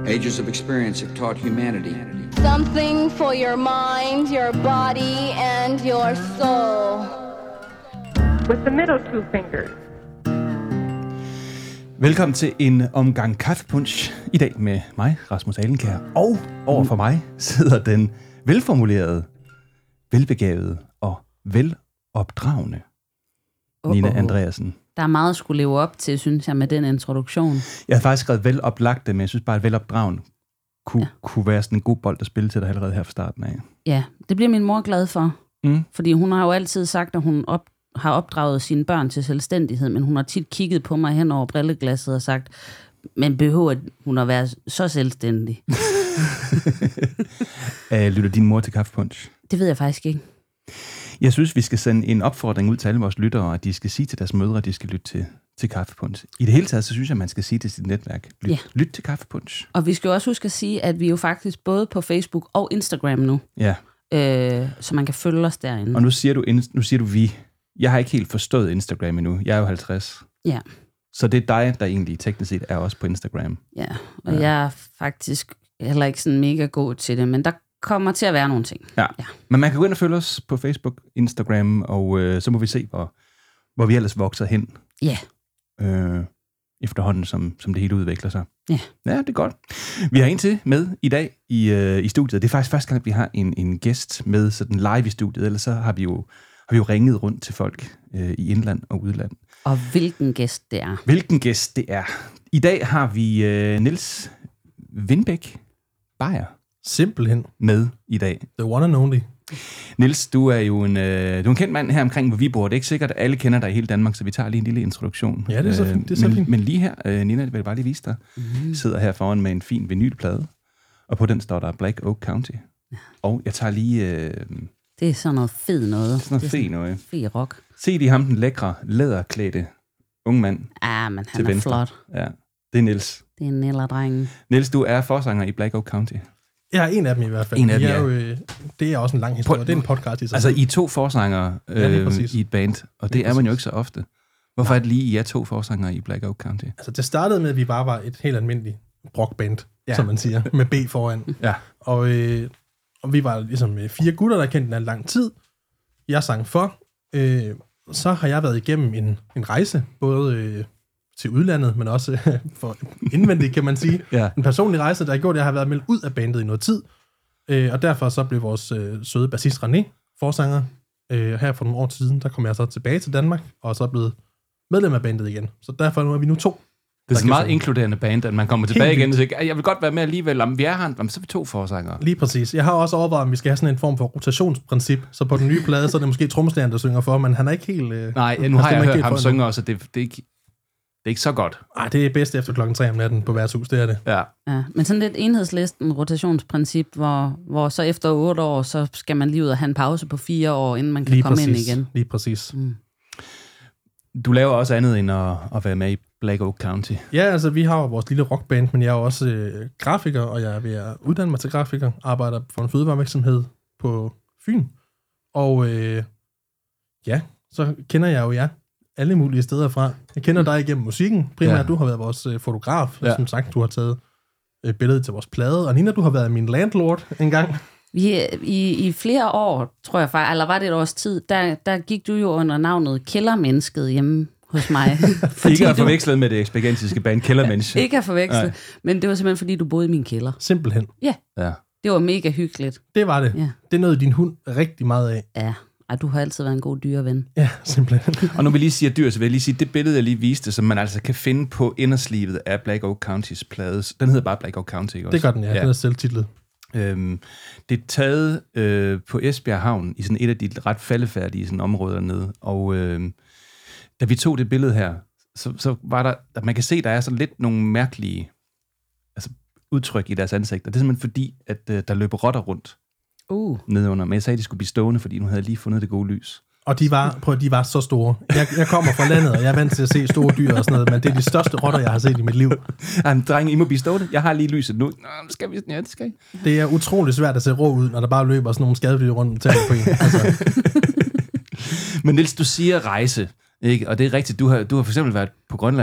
Ages of experience have taught humanity. Something for your mind, your body, and your soul. With the middle two fingers. Velkommen til en omgang kaffepunch. I dag med mig, Rasmus Alenkær. Og overfor mig sidder den velformulerede, velbegavede og velopdragende Nina Andreasen. Der er meget at skulle leve op til, synes jeg, med den introduktion. Jeg har faktisk skrevet veloplagte, men jeg synes bare, at velopdragen kunne være sådan en god bold at spille til dig allerede her fra starten af. Ja, det bliver min mor glad for. Fordi hun har jo altid sagt, at hun har opdraget sine børn til selvstændighed, men hun har tit kigget på mig hen over brilleglasset og sagt, men behøver hun at være så selvstændig? Lytter din mor til kaffepunch? Det ved jeg faktisk ikke. Jeg synes, vi skal sende en opfordring ud til alle vores lyttere, at de skal sige til deres mødre, at de skal lytte til kaffepunch. I det hele taget, så synes jeg, at man skal sige til sit netværk, lyt til kaffepunch. Og vi skal jo også huske at sige, at vi er jo faktisk både på Facebook og Instagram nu. Ja. Så man kan følge os derinde. Og nu siger du vi. Jeg har ikke helt forstået Instagram endnu. Jeg er jo 50. Ja. Så det er dig, der egentlig teknisk set er også på Instagram. Ja, og jeg er faktisk heller ikke sådan mega god til det, men der kommer til at være nogle ting. Ja. Men man kan gå ind og følge os på Facebook, Instagram, og så må vi se, hvor vi ellers vokser hen. Ja. Efterhånden, som det hele udvikler sig. Ja. Ja, det er godt. Vi har en til med i dag i studiet. Det er faktisk første gang, at vi har en gæst med sådan live i studiet. Ellers så har vi jo ringet rundt til folk i indland og udland. Og hvilken gæst det er. Hvilken gæst det er. I dag har vi Niels Windbæk Beyer simpelthen med i dag. The one and only. Niels, du er jo en kendt mand her omkring, hvor vi bor. Det er ikke sikkert, at alle kender dig i hele Danmark, så vi tager lige en lille introduktion. Ja, det er så fint. Det er så fint. Men lige her, Nina, vil jeg bare lige vise dig, sidder her foran med en fin vinylplade, og på den står der Black Oak County. Ja. Og jeg tager lige... det er sådan noget fed noget. Sådan noget fed noget. Fed rock. Se de ham, den lækre, læderklædte unge mand. Ja, men han er flot. Ja, det er Niels. Det er en nælder-drengen. Niels, du er forsanger i Black Oak County. Jeg er en af dem i hvert fald. En af dem, ja. Det er også en lang historie. Det er en podcast i sig. Altså, I er 2 forsangere i et band, og det er man jo ikke så ofte. Hvorfor er det lige, I er 2 forsangere i Black Oak County? Altså, det startede med, at vi bare var et helt almindeligt rockband, som man siger, med B foran. Ja. Og vi var ligesom 4 gutter, der kendte den lang tid. Jeg sang for. Så har jeg været igennem en rejse, både til udlandet, men også for indvendigt, kan man sige. Ja. En personlig rejse, der har gjort, at jeg har været meldt ud af bandet i noget tid. Og derfor så blev vores søde bassist René forsanger. Her for nogle år siden, der kom jeg så tilbage til Danmark, og så er blevet medlem af bandet igen. Så derfor nu er vi nu 2. Det er sådan meget inkluderende band, at man kommer tilbage igen og siger, jeg vil godt være med alligevel, om vi er her, så er vi 2 forsangere. Lige præcis. Jeg har også overvejet, om vi skal have sådan en form for rotationsprincip, så på den nye plade, så er det måske trommeslageren, der synger for, men han er ikke helt... Nej, nu har jeg hørt ham synge også, det er ikke så godt. Ej, det er bedst efter 3:00 om natten på værtshus, det er det. Ja. Men sådan lidt enhedslisten rotationsprincip, hvor så efter 8 år, så skal man lige ud og have en pause på 4 år, inden man kan lige komme præcis. ind igen. Lige præcis. Du laver også andet end at være med i Black Oak County. Ja, altså vi har jo vores lille rockband, men jeg er jo også grafiker, og jeg er ved at uddanne mig til grafiker. Arbejder for en fødevarevirksomhed på Fyn. Og så kender jeg jo jer alle mulige steder fra. Jeg kender dig igennem musikken. Primært, du har været vores fotograf. Ja. Som sagt, du har taget billedet til vores plade. Og Nina, du har været min landlord engang. I flere år, tror jeg faktisk, eller var det et års tid, der gik du jo under navnet Kældermennesket hjemme hos mig. Ikke at forveksle med det eksperientiske band Kældermenneske. Ikke at forveksle, men det var simpelthen, fordi du boede i min kælder. Simpelthen. Ja. Det var mega hyggeligt. Det var det. Ja. Det nåede din hund rigtig meget af. Ja. Du har altid været en god dyreven. Ja, simpelthen. Og når vi lige siger dyr, så vil jeg lige sige, det billede, jeg lige viste, som man altså kan finde på inderslivet af Black Oak Countys plade. Den hedder bare Black Oak County, ikke også? Det gør den, ja. Den er selvtitlet. Det er taget på Esbjerg Havn, i sådan et af de ret faldefærdige sådan områder dernede. Og da vi tog det billede her, så var der, at man kan se, der er sådan lidt nogle mærkelige udtryk i deres ansigter. Det er simpelthen fordi, at der løber rotter rundt nedenunder. Men jeg sagde, at de skulle blive stående, fordi nu havde jeg lige fundet det gode lys. Og de var så store. Jeg kommer fra landet, og jeg er vant til at se store dyr og sådan noget, men det er de største rotter, jeg har set i mit liv. Jamen, drenge, I må blive stående. Jeg har lige lyset nu. Nå, skal vi? Ja, det skal I. Det er utrolig svært at se rå ud, når der bare løber sådan nogle skadedyr rundt og på en. Altså. Men Niels, du siger rejse, ikke? Og det er rigtigt. Du har for eksempel været på Grønland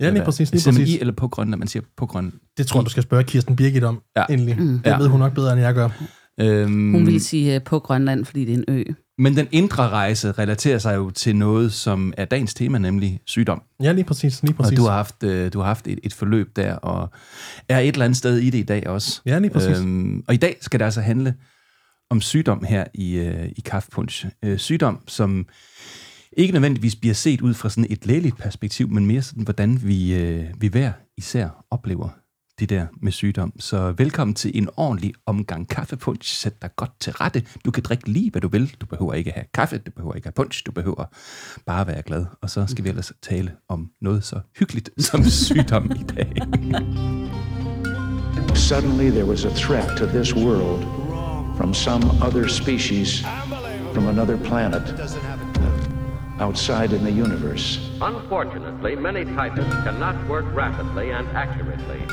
Ja, lige præcis. Siger man i eller på Grønland? Man siger på Grønland. Det tror jeg, du skal spørge Kirsten Birgit om, endelig. Det ved hun nok bedre, end jeg gør. Hun vil sige på Grønland, fordi det er en ø. Men den indre rejse relaterer sig jo til noget, som er dagens tema, nemlig sygdom. Ja, lige præcis. Og du har haft et forløb der, og er et eller andet sted i det i dag også. Ja, lige præcis. Og i dag skal det altså handle om sygdom her i Kaffepunch. Sygdom, som ikke nødvendigvis bliver set ud fra sådan et lægeligt perspektiv, men mere sådan, hvordan vi hver især oplever det der med sygdom. Så velkommen til en ordentlig omgang kaffepunch. Sæt dig godt til rette. Du kan drikke lige, hvad du vil. Du behøver ikke have kaffe, du behøver ikke have punch, du behøver bare være glad. Og så skal vi ellers tale om noget så hyggeligt som sygdom i dag. Suddenly there was a threat to this world from some other species, from another planet, outside in the universe. Unfortunately, many typists cannot work rapidly and accurately.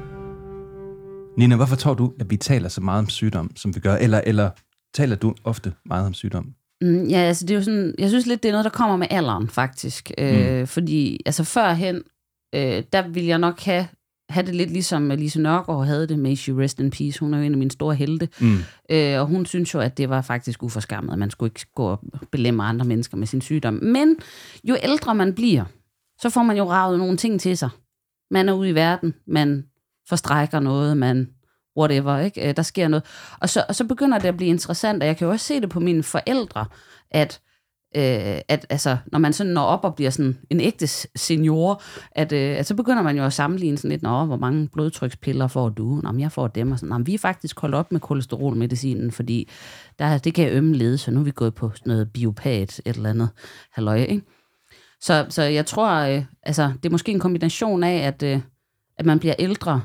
Nina, hvorfor tror du, at vi taler så meget om sygdom, som vi gør? Eller taler du ofte meget om sygdom? Ja, altså det er jo sådan, jeg synes lidt, det er noget, der kommer med alderen, faktisk. Fordi altså førhen, der ville jeg nok have det lidt ligesom Lise Nørgaard havde det, May she rest in peace. Hun er jo en af mine store helte. Og hun synes jo, at det var faktisk uforskammet, at man skulle ikke gå og belemme andre mennesker med sin sygdom. Men jo ældre man bliver, så får man jo ravet nogle ting til sig. Man er ude i verden, man forstrækker noget, man whatever, ikke? Der sker noget. Og så begynder det at blive interessant, og jeg kan jo også se det på mine forældre, at altså, når man sådan når op og bliver sådan en ægte senior, at så begynder man jo at sammenligne sådan lidt, hvor mange blodtrykspiller får du? Nå, men jeg får dem, og sådan, vi er faktisk holdt op med kolesterolmedicinen, fordi det kan ømme lede, så nu er vi gået på sådan noget biopat, et eller andet halløj, ikke? Så jeg tror, altså, det er måske en kombination af, at man bliver ældre,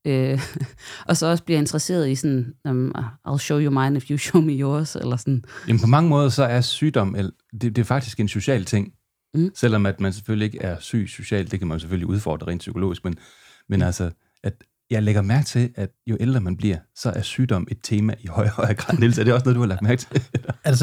og så også bliver interesseret i sådan, I'll show you mine if you show me yours, eller sådan. Jamen på mange måder så er sygdom, det er faktisk en social ting. Selvom at man selvfølgelig ikke er syg socialt, det kan man selvfølgelig udfordre rent psykologisk, men altså, at jeg lægger mærke til, at jo ældre man bliver, så er sygdom et tema i højere grad. Niels, er det også noget, du har lagt mærke til? Altså,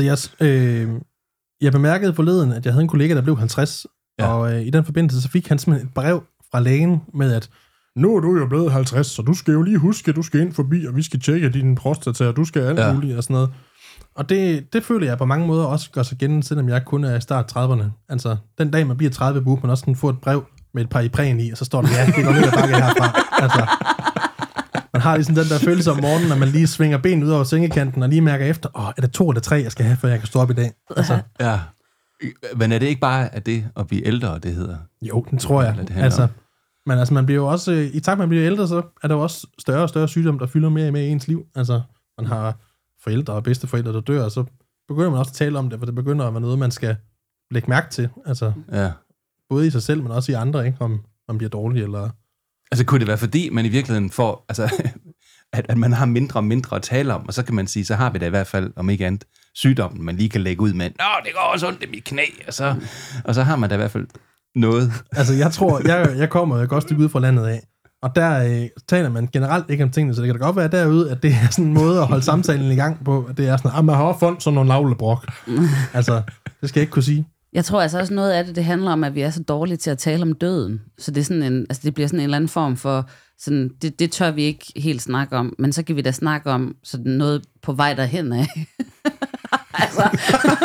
jeg bemærkede forleden, at jeg havde en kollega, der blev 50, og i den forbindelse, så fik han simpelthen et brev fra lægen med, at nu er du jo blevet 50, så du skal jo lige huske, at du skal ind forbi, og vi skal tjekke din prostata, og du skal alt muligt og sådan noget. Og det føler jeg på mange måder også gør sig igen, selvom jeg kun er i start 30'erne. Altså, den dag man bliver 30, burde man også sådan få et brev med et par Ipren i, og så står der, det går ned ad bakke herfra. Altså, man har ligesom den der følelse om morgenen, når man lige svinger ben ud over sengekanten, og lige mærker efter, er det 2 eller 3, jeg skal have, før jeg kan stå op i dag? Altså. Ja. Men er det ikke bare at det at blive ældre, det hedder? Jo, det tror jeg. Altså, men altså, man bliver jo også, i takt med at man bliver ældre, så er der jo også større og større sygdom, der fylder mere og mere i ens liv. Altså, man har forældre og bedsteforældre, der dør, og så begynder man også at tale om det, for det begynder at være noget, man skal lægge mærke til. Altså, både i sig selv, men også i andre, ikke? Om man bliver dårlig, eller... Altså, kunne det være fordi, man i virkeligheden får, altså, at man har mindre og mindre at tale om, og så kan man sige, så har vi da i hvert fald, om ikke andet, sygdommen, man lige kan lægge ud med, det går også ondt i mit knæ, og så har man da i hvert fald noget. Altså, jeg tror, jeg kommer et godt stykke ud fra landet af, og der taler man generelt ikke om tingene, så det kan da godt være derude, at det er sådan en måde at holde samtalen i gang på, at det er sådan, man har også fundet sådan nogle navlebrok. Altså, det skal jeg ikke kunne sige. Jeg tror altså også noget af det handler om, at vi er så dårlige til at tale om døden. Så det er sådan det bliver sådan en eller anden form for, sådan, det tør vi ikke helt snakke om, men så kan vi da snakke om sådan noget på vej derhen af. Altså.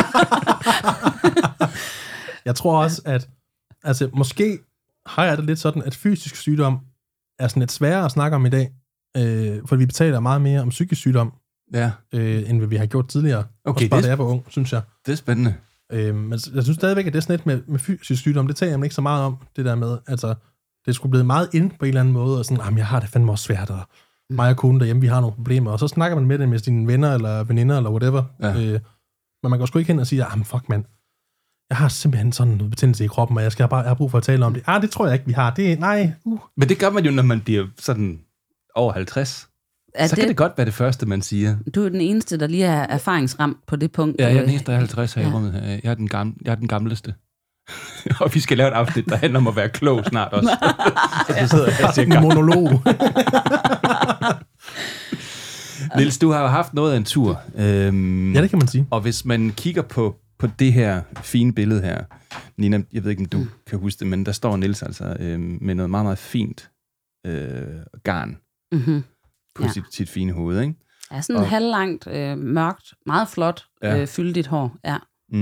Jeg tror også, at altså, måske har jeg det lidt sådan, at fysisk sygdom er sådan lidt sværere at snakke om i dag, for vi betaler meget mere om psykisk sygdom, end hvad vi har gjort tidligere. Okay, også bare da jeg var ung, synes jeg. Det er spændende. Men jeg synes stadigvæk, at det er sådan lidt med fysisk sygdom, det tager jeg ikke så meget om, det der med, altså, det skulle blive meget ind på en eller anden måde, og sådan, jeg har det fandme også svært, og mig og konen derhjemme, vi har nogle problemer, og så snakker man med det med sine venner, eller veninder, eller whatever. Ja. Men man går sgu ikke hen og sige, fuck mand, jeg har simpelthen sådan noget betændelse i kroppen, og jeg har brug for at tale om det. Det tror jeg ikke, vi har. Men det gør man jo, når man bliver sådan over 50. Så kan det godt være det første, man siger. Du er den eneste, der lige er erfaringsramt på det punkt. Ja, jeg er den eneste, der er 50 her i rummet. Jeg er den gamleste. Og vi skal lave et afsnit, der handler om at være klog snart også. Så sidder jeg til en monolog. Niels, du har jo haft noget af en tur. Ja, det kan man sige. Og hvis man kigger på det her fine billede her, Nina, jeg ved ikke, om du kan huske det, men der står Niels altså med noget meget, meget fint garn på sit fine hoved, ikke? Ja, sådan halvlangt, mørkt, meget flot, fyldigt hår, ja.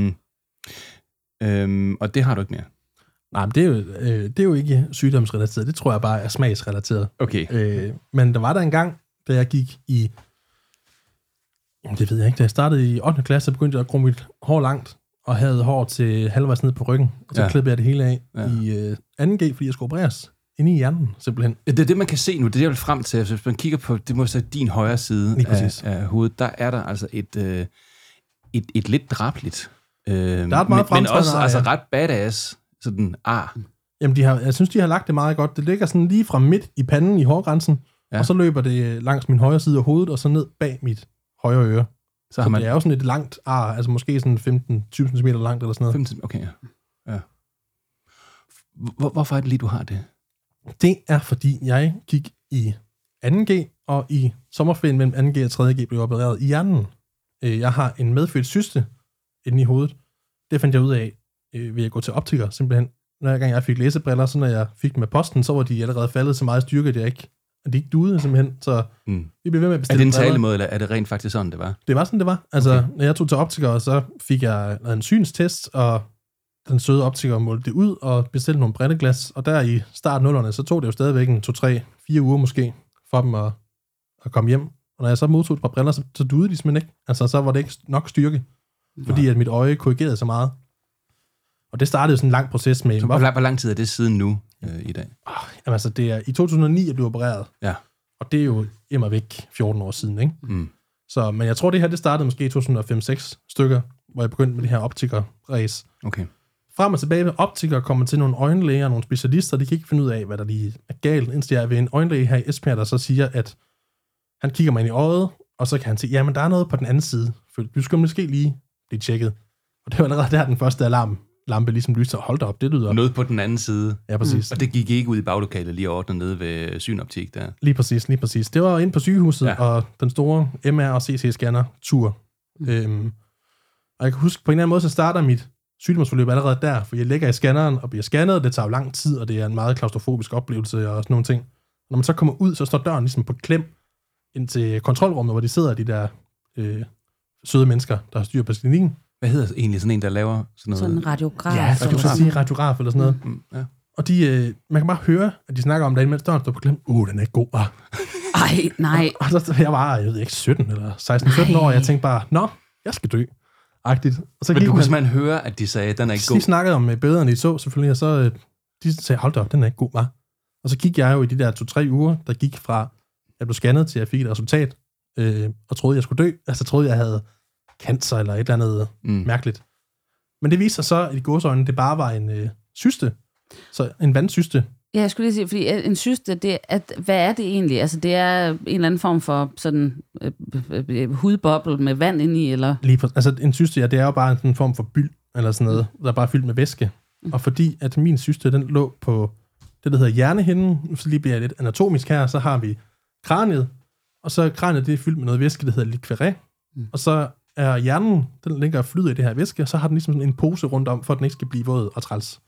Og det har du ikke mere? Nej, men det er jo ikke sygdomsrelateret. Det tror jeg bare er smagsrelateret. Okay. Men der var der en gang, da jeg gik i... Jamen, det ved jeg ikke. Da jeg startede i 8. klasse, så begyndte jeg at gro mit hår langt, og havde hår til halvvejs ned på ryggen. Og så klippede jeg det hele af i 2G, fordi jeg skulle opereres inde i hjernen, simpelthen. Ja, det er det, man kan se nu. Det er det, jeg vil frem til. Hvis man kigger på, det må så din højre side af hovedet, der er der altså et lidt drabligt. Der er et meget men også altså ret badass sådan Jamen, jeg synes, de har lagt det meget godt. Det ligger sådan lige fra midt i panden i hårgrænsen, og så løber det langs min højre side af hovedet, og så ned bag mit højre øre. Så det er jo sådan et langt ar, altså måske sådan 15-20 cm langt eller sådan noget. 15, okay, ja. Hvorfor er det lige, du har det? Det er, fordi jeg gik i 2G, og i sommerferien mellem 2G og 3G blev opereret i hjernen. Jeg har en medfødt cyste inde i hovedet. Det fandt jeg ud af ved at gå til optiker, simpelthen. Når jeg fik læsebriller, så når jeg fik dem med posten, så var de allerede faldet så meget styrke, at de ikke duede simpelthen. Så vi blev ved med at bestille. Er det en talemåde, eller er det rent faktisk sådan, det var? Det var sådan, det var. Altså, når jeg tog til optiker, så fik jeg en synstest, og den søde optiker målte det ud og bestilte nogle brilleglas. Og der i start 0'erne, så tog det jo stadigvæk 2, 3, 4 uger måske, for dem at komme hjem. Og når jeg så modtog et par briller, så duede de simpelthen ikke. Altså, så var det ikke nok styrke, fordi at mit øje korrigerede så meget. Og det startede jo sådan en lang proces med... Hvor lang tid er det siden nu i dag? Jamen altså, det er i 2009, jeg blev opereret. Ja. Og det er jo immer væk 14 år siden, ikke? Så, men jeg tror, det her, det startede måske i 2005-6 stykker, hvor jeg begyndte med det her optiker-ræs. Okay. Frem og tilbage med optiker kommer til nogle øjenlæger og nogle specialister, de kan ikke finde ud af, hvad der lige er galt, indtil jeg er ved en øjenlæge her i Esbjerg, der så siger, at han kigger mig ind i øjet, og så kan han sige, jamen der er noget på den anden side. Du skal måske lige blive tjekket. Og det var allerede der, den første alarmlampe ligesom lyste, og hold da op, det lyder... Noget på den anden side. Ja, præcis. Og det gik ikke ud i baglokalet lige ordnet nede ved synoptik der. Lige præcis. Det var inde på sygehuset, og den store MR- og CT-scanner-tur. Og jeg kan huske, på en eller anden måde, så starter mit sygdomsforløb allerede der, for jeg ligger i scanneren og bliver scannet, det tager jo lang tid, og det er en meget klaustrofobisk oplevelse og sådan nogle ting. Når man så kommer ud, så står døren ligesom på klem ind til kontrolrummet, hvor de sidder, de der søde mennesker, der har styr på klinikken. Hvad hedder egentlig sådan en, der laver sådan noget? Sådan en radiograf. Ja, så kan sige radiograf eller sådan noget. Ja. Og man kan bare høre, at de snakker om det, mens døren står på klem. Den er ikke god, Ej, nej. Og så jeg var, jeg ved ikke, 17 eller 16-17 år, og jeg tænkte bare, jeg skal dø. Agtigt. Og så men du kunne simpelthen høre, at de sagde, at den er ikke god. De snakkede om bedre, end de så selvfølgelig, og så de sagde, hold da op, den er ikke god, hva'? Og så gik jeg jo i de der 2-3 uger, der gik fra, jeg blev scannet til, jeg fik et resultat, og troede, jeg skulle dø. Altså troede, jeg havde cancer eller et eller andet mærkeligt. Men det viste sig så, at i gåseøjne, det bare var en cyste. Så en vandcyste. Ja, jeg skulle lige sige, fordi en cyste, hvad er det egentlig? Altså, det er en eller anden form for sådan hudboble med vand indeni, eller? Altså, en cyste, det er jo bare en form for byld, eller sådan noget, der er bare fyldt med væske. Og fordi at min cyste, den lå på det, der hedder hjernehinden, så lige bliver jeg lidt anatomisk her, så har vi kraniet, og så kraniet, det er fyldt med noget væske, der hedder liquoré, og så er hjernen, den ligger og flyder i det her væske, og så har den ligesom en pose rundt om, for at den ikke skal blive våd og træls.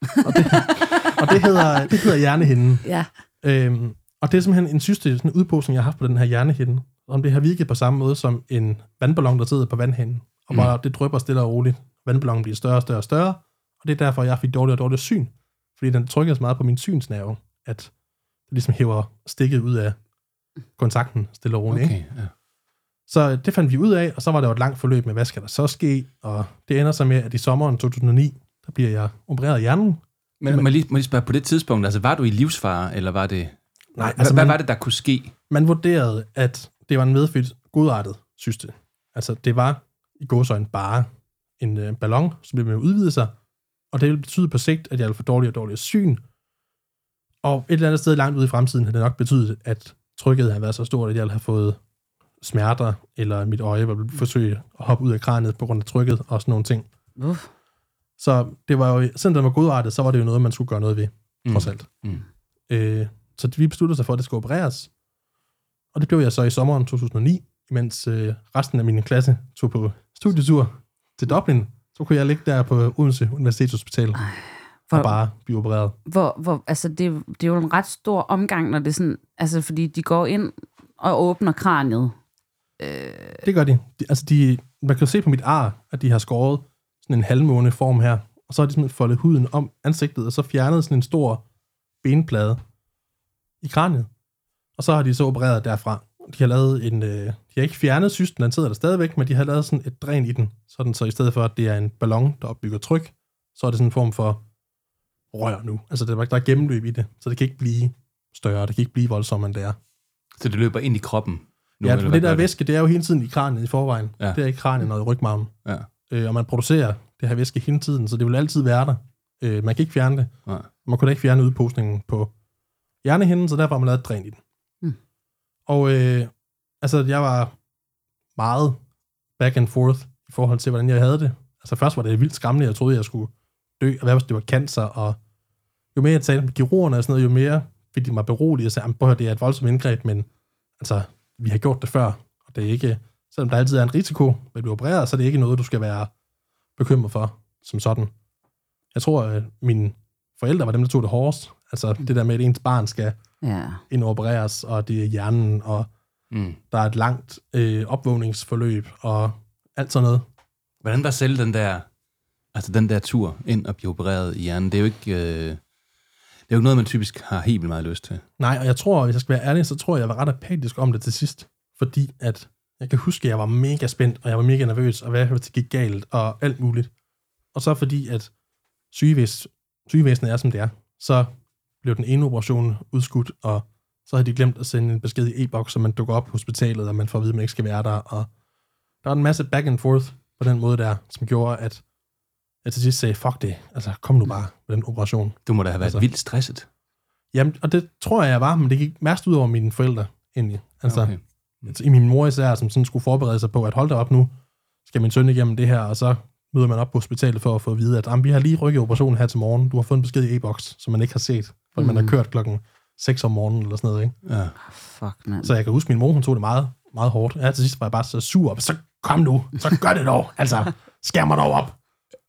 Og det hedder hjernehinden. Ja. Og det er simpelthen en cyste, sådan en udposning, jeg har haft på den her hjernehinde. Om det har virket på samme måde som en vandballon, der sidder på vandhænden. Og bare det drypper stille og roligt. Vandballonen bliver større og større og større. Og det er derfor, jeg fik dårligere og dårligere syn. Fordi den trykker så meget på min synsnerve, at det ligesom hæver stikket ud af kontakten stille og roligt. Okay, ja. Så det fandt vi ud af, og så var der jo et langt forløb med, hvad skal der så ske? Og det ender så med, at i sommeren 2009, der bliver jeg opereret i hjernen. Men må jeg lige spørge, på det tidspunkt, altså var du i livsfare, eller var det... Nej, altså hvad var det, der kunne ske? Man vurderede, at det var en medfødt godartet cyste. Altså det var i gåseøjne bare en ballon, som blev med at udvide sig, og det ville betyde på sigt, at jeg ville få dårligere og dårligere syn. Og et eller andet sted langt ude i fremtiden havde det nok betydet, at trykket havde været så stort, at jeg ville have fået smerter, eller mit øje ville forsøge at hoppe ud af kraniet på grund af trykket og sådan nogle ting. Så det var jo, selvom det var godartet, så var det jo noget, man skulle gøre noget ved, trods alt. Så vi besluttede sig for, at det skulle opereres. Og det blev jeg så i sommeren 2009, mens resten af min klasse tog på studietur til Dublin, så Så kunne jeg ligge der på Odense Universitetshospital og bare blive opereret. Altså det er jo en ret stor omgang, når det er sådan, altså fordi de går ind og åbner kraniet. Det gør de. Man kan se på mit ar, at de har skåret sådan en halvmåneform her, og så har de simpelthen foldet huden om ansigtet, og så fjernet sådan en stor benplade i kraniet. Og så har de så opereret derfra. De har lavet de har ikke fjernet cysten, den sidder der stadigvæk, men de har lavet sådan et dræn i den, så i stedet for, at det er en ballon, der opbygger tryk, så er det sådan en form for rør nu. Altså der er gennemløb i det, så det kan ikke blive større, det kan ikke blive voldsommere, end det er. Så det løber ind i kroppen? Nu, ja, det der væske, det er jo hele tiden i kraniet i forvejen. Ja. Det er i kraniet og i rygmarven. Ja. Og man producerer det her væske hele tiden, så det vil altid være der. Man kan ikke fjerne det. Nej. Man kunne da ikke fjerne udposningen på hjernehinden, så derfor har man lavet et dræn i den. Og jeg var meget back and forth i forhold til, hvordan jeg havde det. Altså først var det vildt skræmmende, jeg troede, jeg skulle dø, og hvad hvis det var cancer, og jo mere jeg talte med kirurgerne og sådan noget, jo mere fik de mig beroliget og sagde, det er et voldsomt indgreb, men altså, vi har gjort det før, og det er ikke, selvom der altid er en risiko ved at blive opereret, så er det ikke noget, du skal være bekymret for, som sådan. Jeg tror, at mine forældre var dem, der tog det hårdest. Altså det der med, at ens barn skal indopereres, og det er hjernen, og der er et langt opvågningsforløb, og alt sådan noget. Hvordan var selv den der tur ind og blive opereret i hjernen? Det er jo ikke noget, man typisk har helt meget lyst til. Nej, og jeg tror, hvis jeg skal være ærlig, så tror jeg var ret apatisk om det til sidst, fordi at jeg kan huske, at jeg var mega spændt, og jeg var mega nervøs, og hvad det gik galt, og alt muligt. Og så fordi, at sygevæsenet er, som det er, så blev den ene operation udskudt, og så havde de glemt at sende en besked i e-boks, så man dukker op på hospitalet, og man får at vide, at man ikke skal være der. Og der var en masse back and forth på den måde der, som gjorde, at jeg til sidst sagde, fuck det, altså kom nu bare med den operation. Du må da have været vildt stresset. Jamen, og det tror jeg var, men det gik mest ud over mine forældre, egentlig. Altså, i min mor især, som sådan skulle forberede sig på, at hold da op nu, skal min søn igennem det her, og så møder man op på hospitalet for at få at vide, at vi har lige rykket operationen her til morgen, du har fået en besked i e-boks, som man ikke har set, for man har kørt klokken 6 om morgenen, eller sådan noget, ikke? Ja. Fuck, man. Så jeg kan huske, min mor, hun tog det meget, meget hårdt. Ja, til sidst var jeg bare så sur, så kom nu, så gør det dog, altså, skær mig dog op.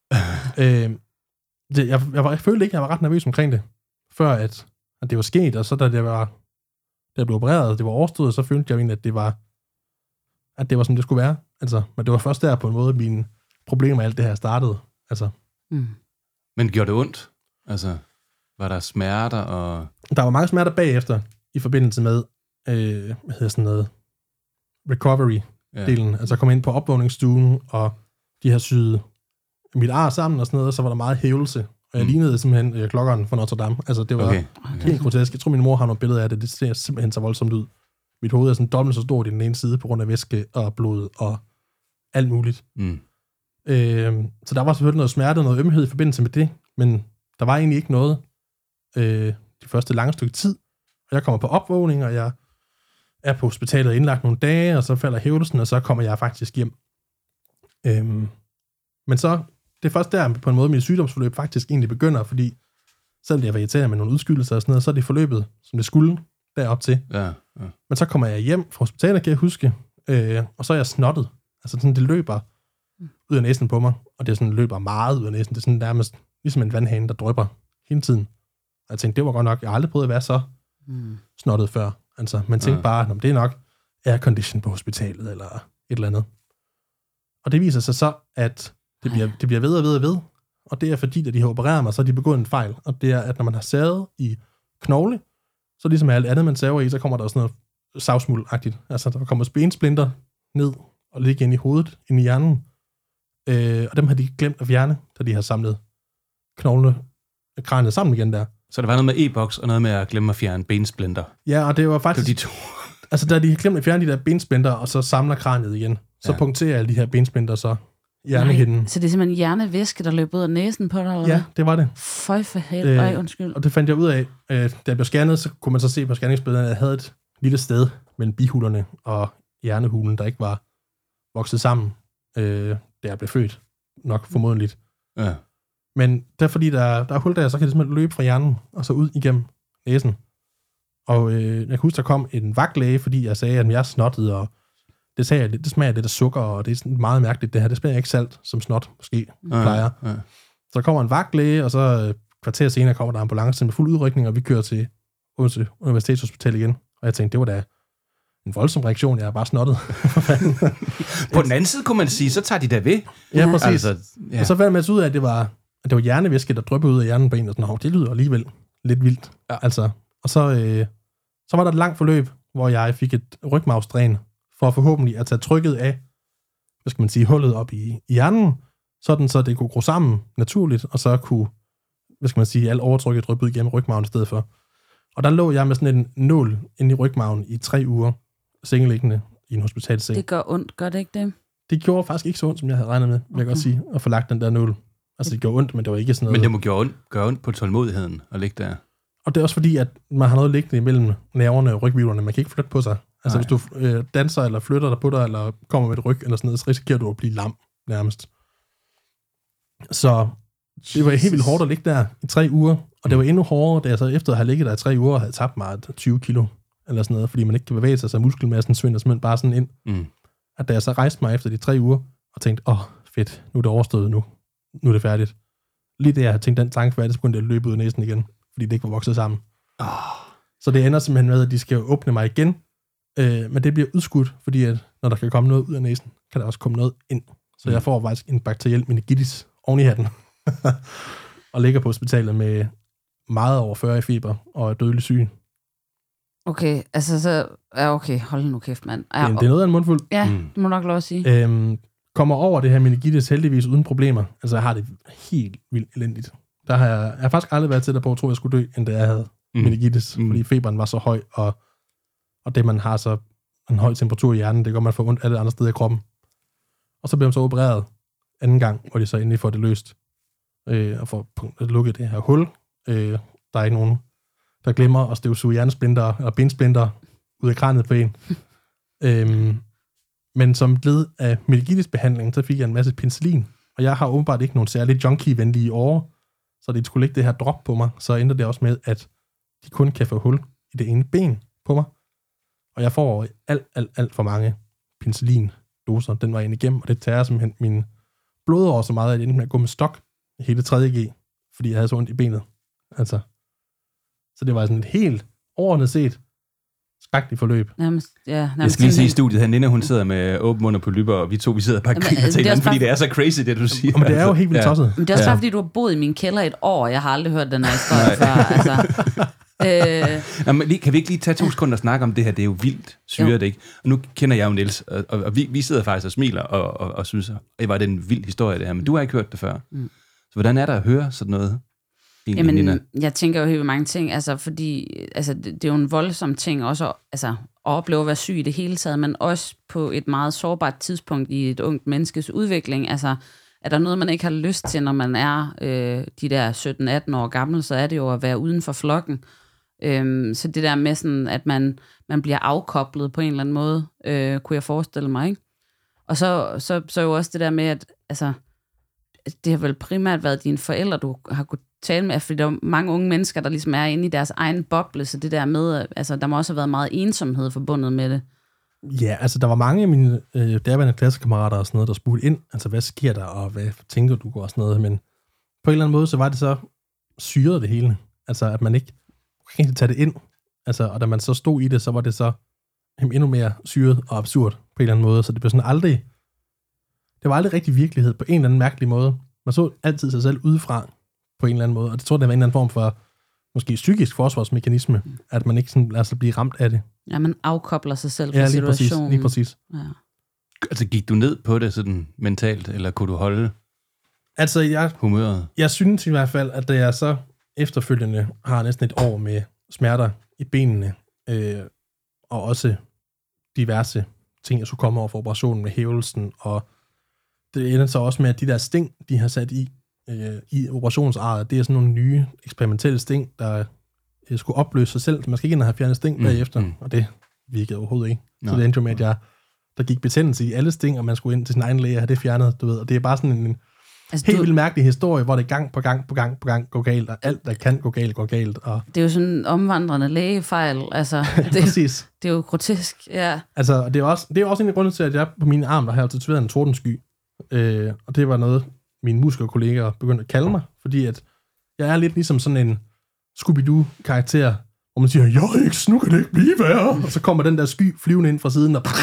Jeg følte ikke, jeg var ret nervøs omkring det, før at det var sket, og så da jeg blev opereret, det var overstået, så følte jeg egentlig, at det var sådan, det skulle være. Altså, men det var først der på en måde, mine problemer alt det her startede. Altså. Men gjorde det ondt? Altså, var der smerter? Og der var mange smerter bagefter, i forbindelse med, recovery-delen. Ja. Altså, jeg kom ind på opvågningsstuen, og de har syet mit ar sammen og sådan noget, og så var der meget hævelse. Og jeg lignede simpelthen klokkeren fra Notre Dame. Altså, det var helt grotesk. Jeg tror, min mor har nogle billeder af det. Det ser simpelthen så voldsomt ud. Mit hoved er sådan dobbelt så stort i den ene side, på grund af væske og blod og alt muligt. Så der var selvfølgelig noget smerte og noget ømhed i forbindelse med det, men der var egentlig ikke noget de første lange stykke tid. Og jeg kommer på opvågning, og jeg er på hospitalet indlagt nogle dage, og så falder hævelsen, og så kommer jeg faktisk hjem. Men så, det er først der på en måde, mit sygdomsforløb faktisk egentlig begynder, fordi selvom jeg var irriteret med nogle udskyldelser og sådan noget, så er det forløbet, som det skulle derop til. Ja. Men så kommer jeg hjem fra hospitalet, kan jeg huske, og så er jeg snottet. Altså sådan, det løber ud af næsen på mig, og det sådan løber meget ud af næsen. Det er sådan nærmest ligesom en vandhane, der drypper hele tiden. Og jeg tænkte, det var godt nok, jeg har aldrig prøvet at være så snottet før. Altså, man tænkte bare, det er nok aircondition på hospitalet, eller et eller andet. Og det viser sig så, at det bliver ved og ved og ved, og det er fordi, at de har opereret mig, så har de begået en fejl. Og det er, at når man har savet i knogle, så ligesom alt andet, man saver i, så kommer der sådan noget savsmuld-agtigt. Altså, der kommer bensplinter ned og ligger ind i hovedet, ind i hjernen. Og dem har de glemt at fjerne, da de har samlet kraniet sammen igen der. Så der var noget med e-boks og noget med at glemme at fjerne bensplinter. Ja, og det var faktisk det var de to. Altså, da de har glemt at fjerne de der bensplinter, og så samler kraniet igen, så punkterer alle de her bensplinter så hjernehinden. Så det er simpelthen hjernevæske, der løber ud af næsen på dig, eller Ja, det var det. Føj for helvede, undskyld. Og det fandt jeg ud af. Da jeg blev scannet, så kunne man så se på scanningsbillederne, at jeg havde et lille sted mellem bihulerne og hjernehulen, der ikke var vokset sammen, da jeg blev født. Nok formodentligt. Ja. Men der, fordi der er hul der, så kan det simpelthen løbe fra hjernen, og så ud igennem næsen. Og jeg kan huske, der kom en vagtlæge, fordi jeg sagde, at jeg er snottet, og det smager lidt af sukker, og det er sådan meget mærkeligt, det her. Det smager ikke salt, som snot måske plejer. Ja. Så der kommer en vagtlæge, og så kvarter senere kommer der ambulance med fuld udrykning, og vi kører til Odense Universitetshospital igen. Og jeg tænkte, det var da en voldsom reaktion. Jeg er bare snottet. På den anden side kunne man sige, så tager de da ved. Ja, præcis. Altså, ja. Og så fandt man ud af, at det var hjernevæske, der dryppede ud af hjernen på en, og sådan, det lyder alligevel lidt vildt. Ja. Altså, og så var der et langt forløb, hvor jeg fik et rygmarvsdræn, for forhåbentlig at tage trykket af, hullet op i hjernen, sådan så det kunne gro sammen naturligt, og så kunne, al overtrykket dryppe ud igennem rygmarven i stedet for. Og der lå jeg med sådan en nål inde i rygmarven i 3 uger, sengeliggende i en hospitalseng. Det gør ondt, gør det ikke det? Det gjorde faktisk ikke så ondt, som jeg havde regnet med, vil jeg godt sige, at få lagt den der nål. Altså, det gjorde ondt, men det var ikke sådan noget... Men det må gøre ondt på tålmodigheden at ligge der. Og det er også fordi, at man har noget liggende imellem nerverne og rygvivlerne. Man kan ikke flytte på sig. Altså, hvis du danser eller flytter dig på dig, eller kommer med et ryg eller sådan noget, så risikerer du at blive lam nærmest. Så det var helt vildt hårdt at ligge der i 3 uger. Og det var endnu hårdere, da jeg så efter at have ligget der i 3 uger, havde tabt mig 20 kilo eller sådan noget, fordi man ikke kan bevæge sig, så muskelmassen svinder simpelthen bare sådan ind. At da jeg så rejste mig efter de 3 uger, og tænkte, fedt, nu er det overstået nu. Nu er det færdigt. Lige da jeg havde tænkt den tanke færdigt, så begyndte jeg at løbe ud af næsen igen, fordi det ikke var vokset sammen. Så det ender simpelthen med, at de skal åbne mig igen, men det bliver udskudt, fordi at når der kan komme noget ud af næsen, kan der også komme noget ind. Så jeg får faktisk en bakteriel meningitis oven i hatten, og ligger på hospitalet med meget over 40 i feber, og er dødelig syg. Okay, altså så... Ja, okay, hold nu kæft, mand. Det er noget af en mundfuld. Ja, det må nok lov at sige. Kommer over det her meningitis heldigvis uden problemer. Altså, jeg har det helt vildt elendigt. Jeg har faktisk aldrig været til der på at tro, at jeg skulle dø, end da jeg havde meningitis, fordi feberen var så høj, og det, man har så en høj temperatur i hjernen, det gør, man får ondt alle andre steder i kroppen. Og så bliver man så opereret anden gang, hvor de så endelig får det løst, og får lukket det her hul. Der er ikke nogen, der glemmer at støvsuge hjernesplinter eller bensplinter ud af kranet på en. Men som led af meningitisbehandlingen, så fik jeg en masse penicillin, og jeg har åbenbart ikke nogen særlig junkie-venlige årer, så de skulle lægge det her drop på mig, så ender det også med, at de kun kan få hul i det ene ben på mig. Og jeg får alt for mange penicillin-doser, den var inde igennem, og det tager simpelthen min blodår så meget, at jeg endte med at gå med stok i hele 3.G, fordi jeg havde så ondt i benet. Altså. Så det var sådan et helt overordnet set skrækkeligt forløb. Nærmest. Jeg skal lige se i studiet her, Nina, hun sidder med åben mund og polypper, og vi sidder bare og griner til hinanden, fordi det er så crazy, det du siger. Men det er jo helt vildt tosset. Men det er også bare, fordi du har boet i min kælder et år, og jeg har aldrig hørt den her historie før. Altså. Men kan vi ikke lige tage 2 sekunder og snakke om det her? Det er jo vildt syret, ikke? Og nu kender jeg jo Niels, og vi sidder faktisk og smiler og synes, at var det en vild historie, det her. Men du har ikke hørt det før. Så hvordan er der at høre sådan noget? Jamen, Nina? Jeg tænker jo helt mange ting, altså, fordi det er jo en voldsom ting også at opleve at være syg i det hele taget, men også på et meget sårbart tidspunkt i et ungt menneskes udvikling. Altså, er der noget, man ikke har lyst til, når man er de der 17-18 år gammel, så er det jo at være uden for flokken. Så det der med sådan, at man bliver afkoblet på en eller anden måde, kunne jeg forestille mig, ikke? Og så jo også det der med, at altså, det har vel primært været dine forældre, du har kunnet tale med, fordi der er mange unge mennesker, der ligesom er inde i deres egen boble, så det der med, altså der må også have været meget ensomhed forbundet med det. Ja, altså der var mange af mine derværende klassekammerater og sådan noget, der spurgte ind, altså hvad sker der, og hvad tænker du og sådan noget, men på en eller anden måde, så var det så syret det hele, altså at man ikke kunne tage det ind, altså, og da man så stod i det, så var det så endnu mere syret og absurd på en eller anden måde, så det blev sådan aldrig, det var aldrig rigtig virkelighed på en eller anden mærkelig måde. Man så altid sig selv udefra på en eller anden måde, og det tror jeg, det var en eller anden form for måske psykisk forsvarsmekanisme, at man ikke sådan lader sig blive ramt af det. Ja, man afkobler sig selv fra situationen. Lige præcis. Ja. Altså gik du ned på det sådan mentalt, eller kunne du holde humøret? Jeg synes i hvert fald, at da jeg så efterfølgende har næsten et år med smerter i benene, og også diverse ting, jeg skulle komme over for operationen med hævelsen, og det ender så også med, at de der sting, de har sat i operationsarret, det er sådan nogle nye eksperimentelle sting, der skulle opløse sig selv. Man skal ikke ind og have fjernet sting bagefter, og det virkede overhovedet ikke. Så det endte jo med, at der gik betændelse i alle sting, og man skulle ind til sin egen læge og have det fjernet, du ved. Og det er bare sådan Altså, helt vildt mærkelig historie, hvor det gang på gang går galt, og alt, der kan gå galt, går galt. Og... Det er jo sådan en omvandrende lægefejl. Altså, Præcis. Det er jo grotesk, ja. Altså, det er jo også en af grunden til, at jeg på min arm, der har jeg tatoveret en tordensky. Og det var noget, mine musikerkolleger begyndte at kalde mig, fordi at jeg er lidt ligesom sådan en Scooby-Doo-karakter, hvor man siger, jøjks, nu kan det ikke blive værre. Og så kommer den der sky flyvende ind fra siden, og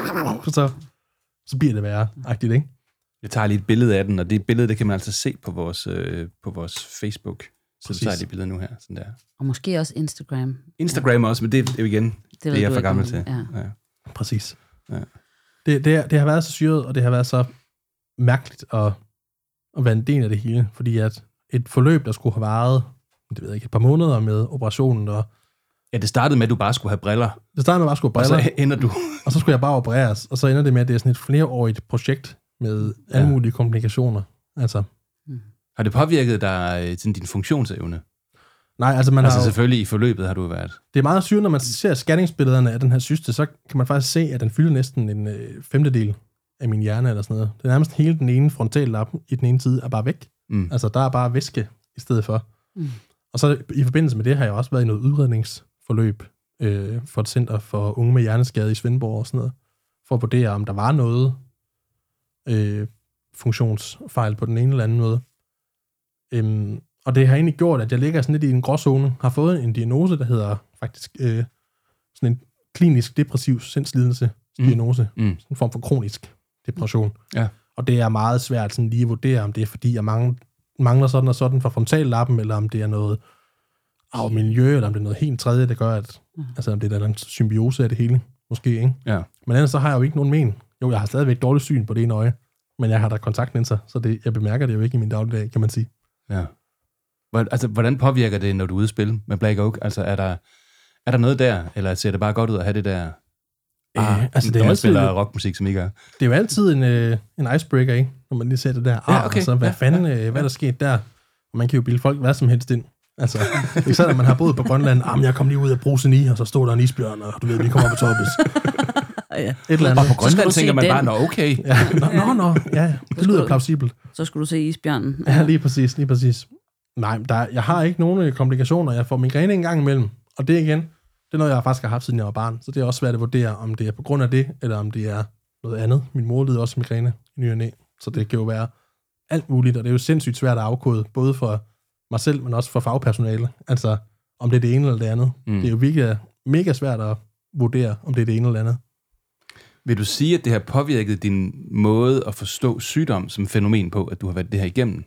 så bliver det værre-agtigt, ikke? Jeg tager lige et billede af den, og det billede, det kan man altså se på vores Facebook. Så tager jeg det billede nu her, sådan der. Og måske også Instagram. Instagram også, men det er jo igen, det er jeg for gammel til. Ja. Præcis. Ja. Det har været så syret, og det har været så mærkeligt at være en del af det hele, fordi at et forløb, der skulle have varet, det ved jeg ikke, et par måneder med operationen, og ja, det startede med, at du bare skulle have briller. Det startede med, at jeg bare skulle have briller. Og så ender du. Og så skulle jeg bare opereres, og så ender det med, at det er sådan et flereårigt projekt med alle mulige komplikationer. Altså. Har det påvirket dig til din funktionsevne? Nej, altså man har selvfølgelig i forløbet har du været. Det er meget sygt, når man ser scanningsbillederne af den her cyste, så kan man faktisk se, at den fylder næsten en femtedel af min hjerne eller sådan noget. Det er nærmest hele den ene frontallap i den ene side er bare væk. Altså der er bare væske i stedet for. Og så i forbindelse med det har jeg også været i noget udredningsforløb for et center for unge med hjerneskade i Svendborg og sådan noget, for at vurdere, om der var noget funktionsfejl på den ene eller anden måde. Og det har egentlig gjort, at jeg ligger sådan lidt i en gråzone, har fået en diagnose, der hedder faktisk sådan en klinisk depressiv sindslidelse diagnose. Sådan en form for kronisk depression. Ja. Og det er meget svært sådan lige at vurdere, om det er fordi, jeg mangler sådan og sådan fra frontallappen, eller om det er noget miljø, eller om det er noget helt tredje, der gør, at altså om det er en symbiose af det hele, måske, ikke? Ja. Men ellers så har jeg jo ikke nogen men. Jo, jeg har stadigvæk dårligt syn på det ene øje, men jeg har da kontaktlinser, så jeg bemærker det jo ikke i min dagligdag, kan man sige. Ja. Altså, hvordan påvirker det, når du er ude at spille med Black Oak? Altså, er der noget der, eller ser det bare godt ud at have det der, altså, det når er man altid, spiller rockmusik, som I gør? Det er jo altid en icebreaker, ikke? Når man lige ser det der, okay. Altså, hvad fanden, hvad der skete der? Og man kan jo bilde folk hvad som helst ind. Altså, især når man har boet på Grønland, jeg kom lige ud af brusen i, og så stod der en isbjørn, og du ved, vi kommer op på toppes. Ja. Et eller andet. Og på Grønland tænker man bare, okay. Ja, det lyder plausibelt. Så skulle du se isbjørnen. Ja, lige præcis. Nej, jeg har ikke nogen komplikationer. Jeg får migræne en gang imellem, og det igen, det er noget, jeg faktisk har haft, siden jeg var barn. Så det er også svært at vurdere, om det er på grund af det, eller om det er noget andet. Min mor lider også migræne i ny og næ, så det kan jo være alt muligt, og det er jo sindssygt svært at afkode, både for mig selv, men også for fagpersonale. Altså, om det er det ene eller det andet. Det er jo virkelig mega svært at vurdere, om det er det ene eller andet. Vil du sige, at det har påvirket din måde at forstå sygdom som fænomen på, at du har været det her igennem?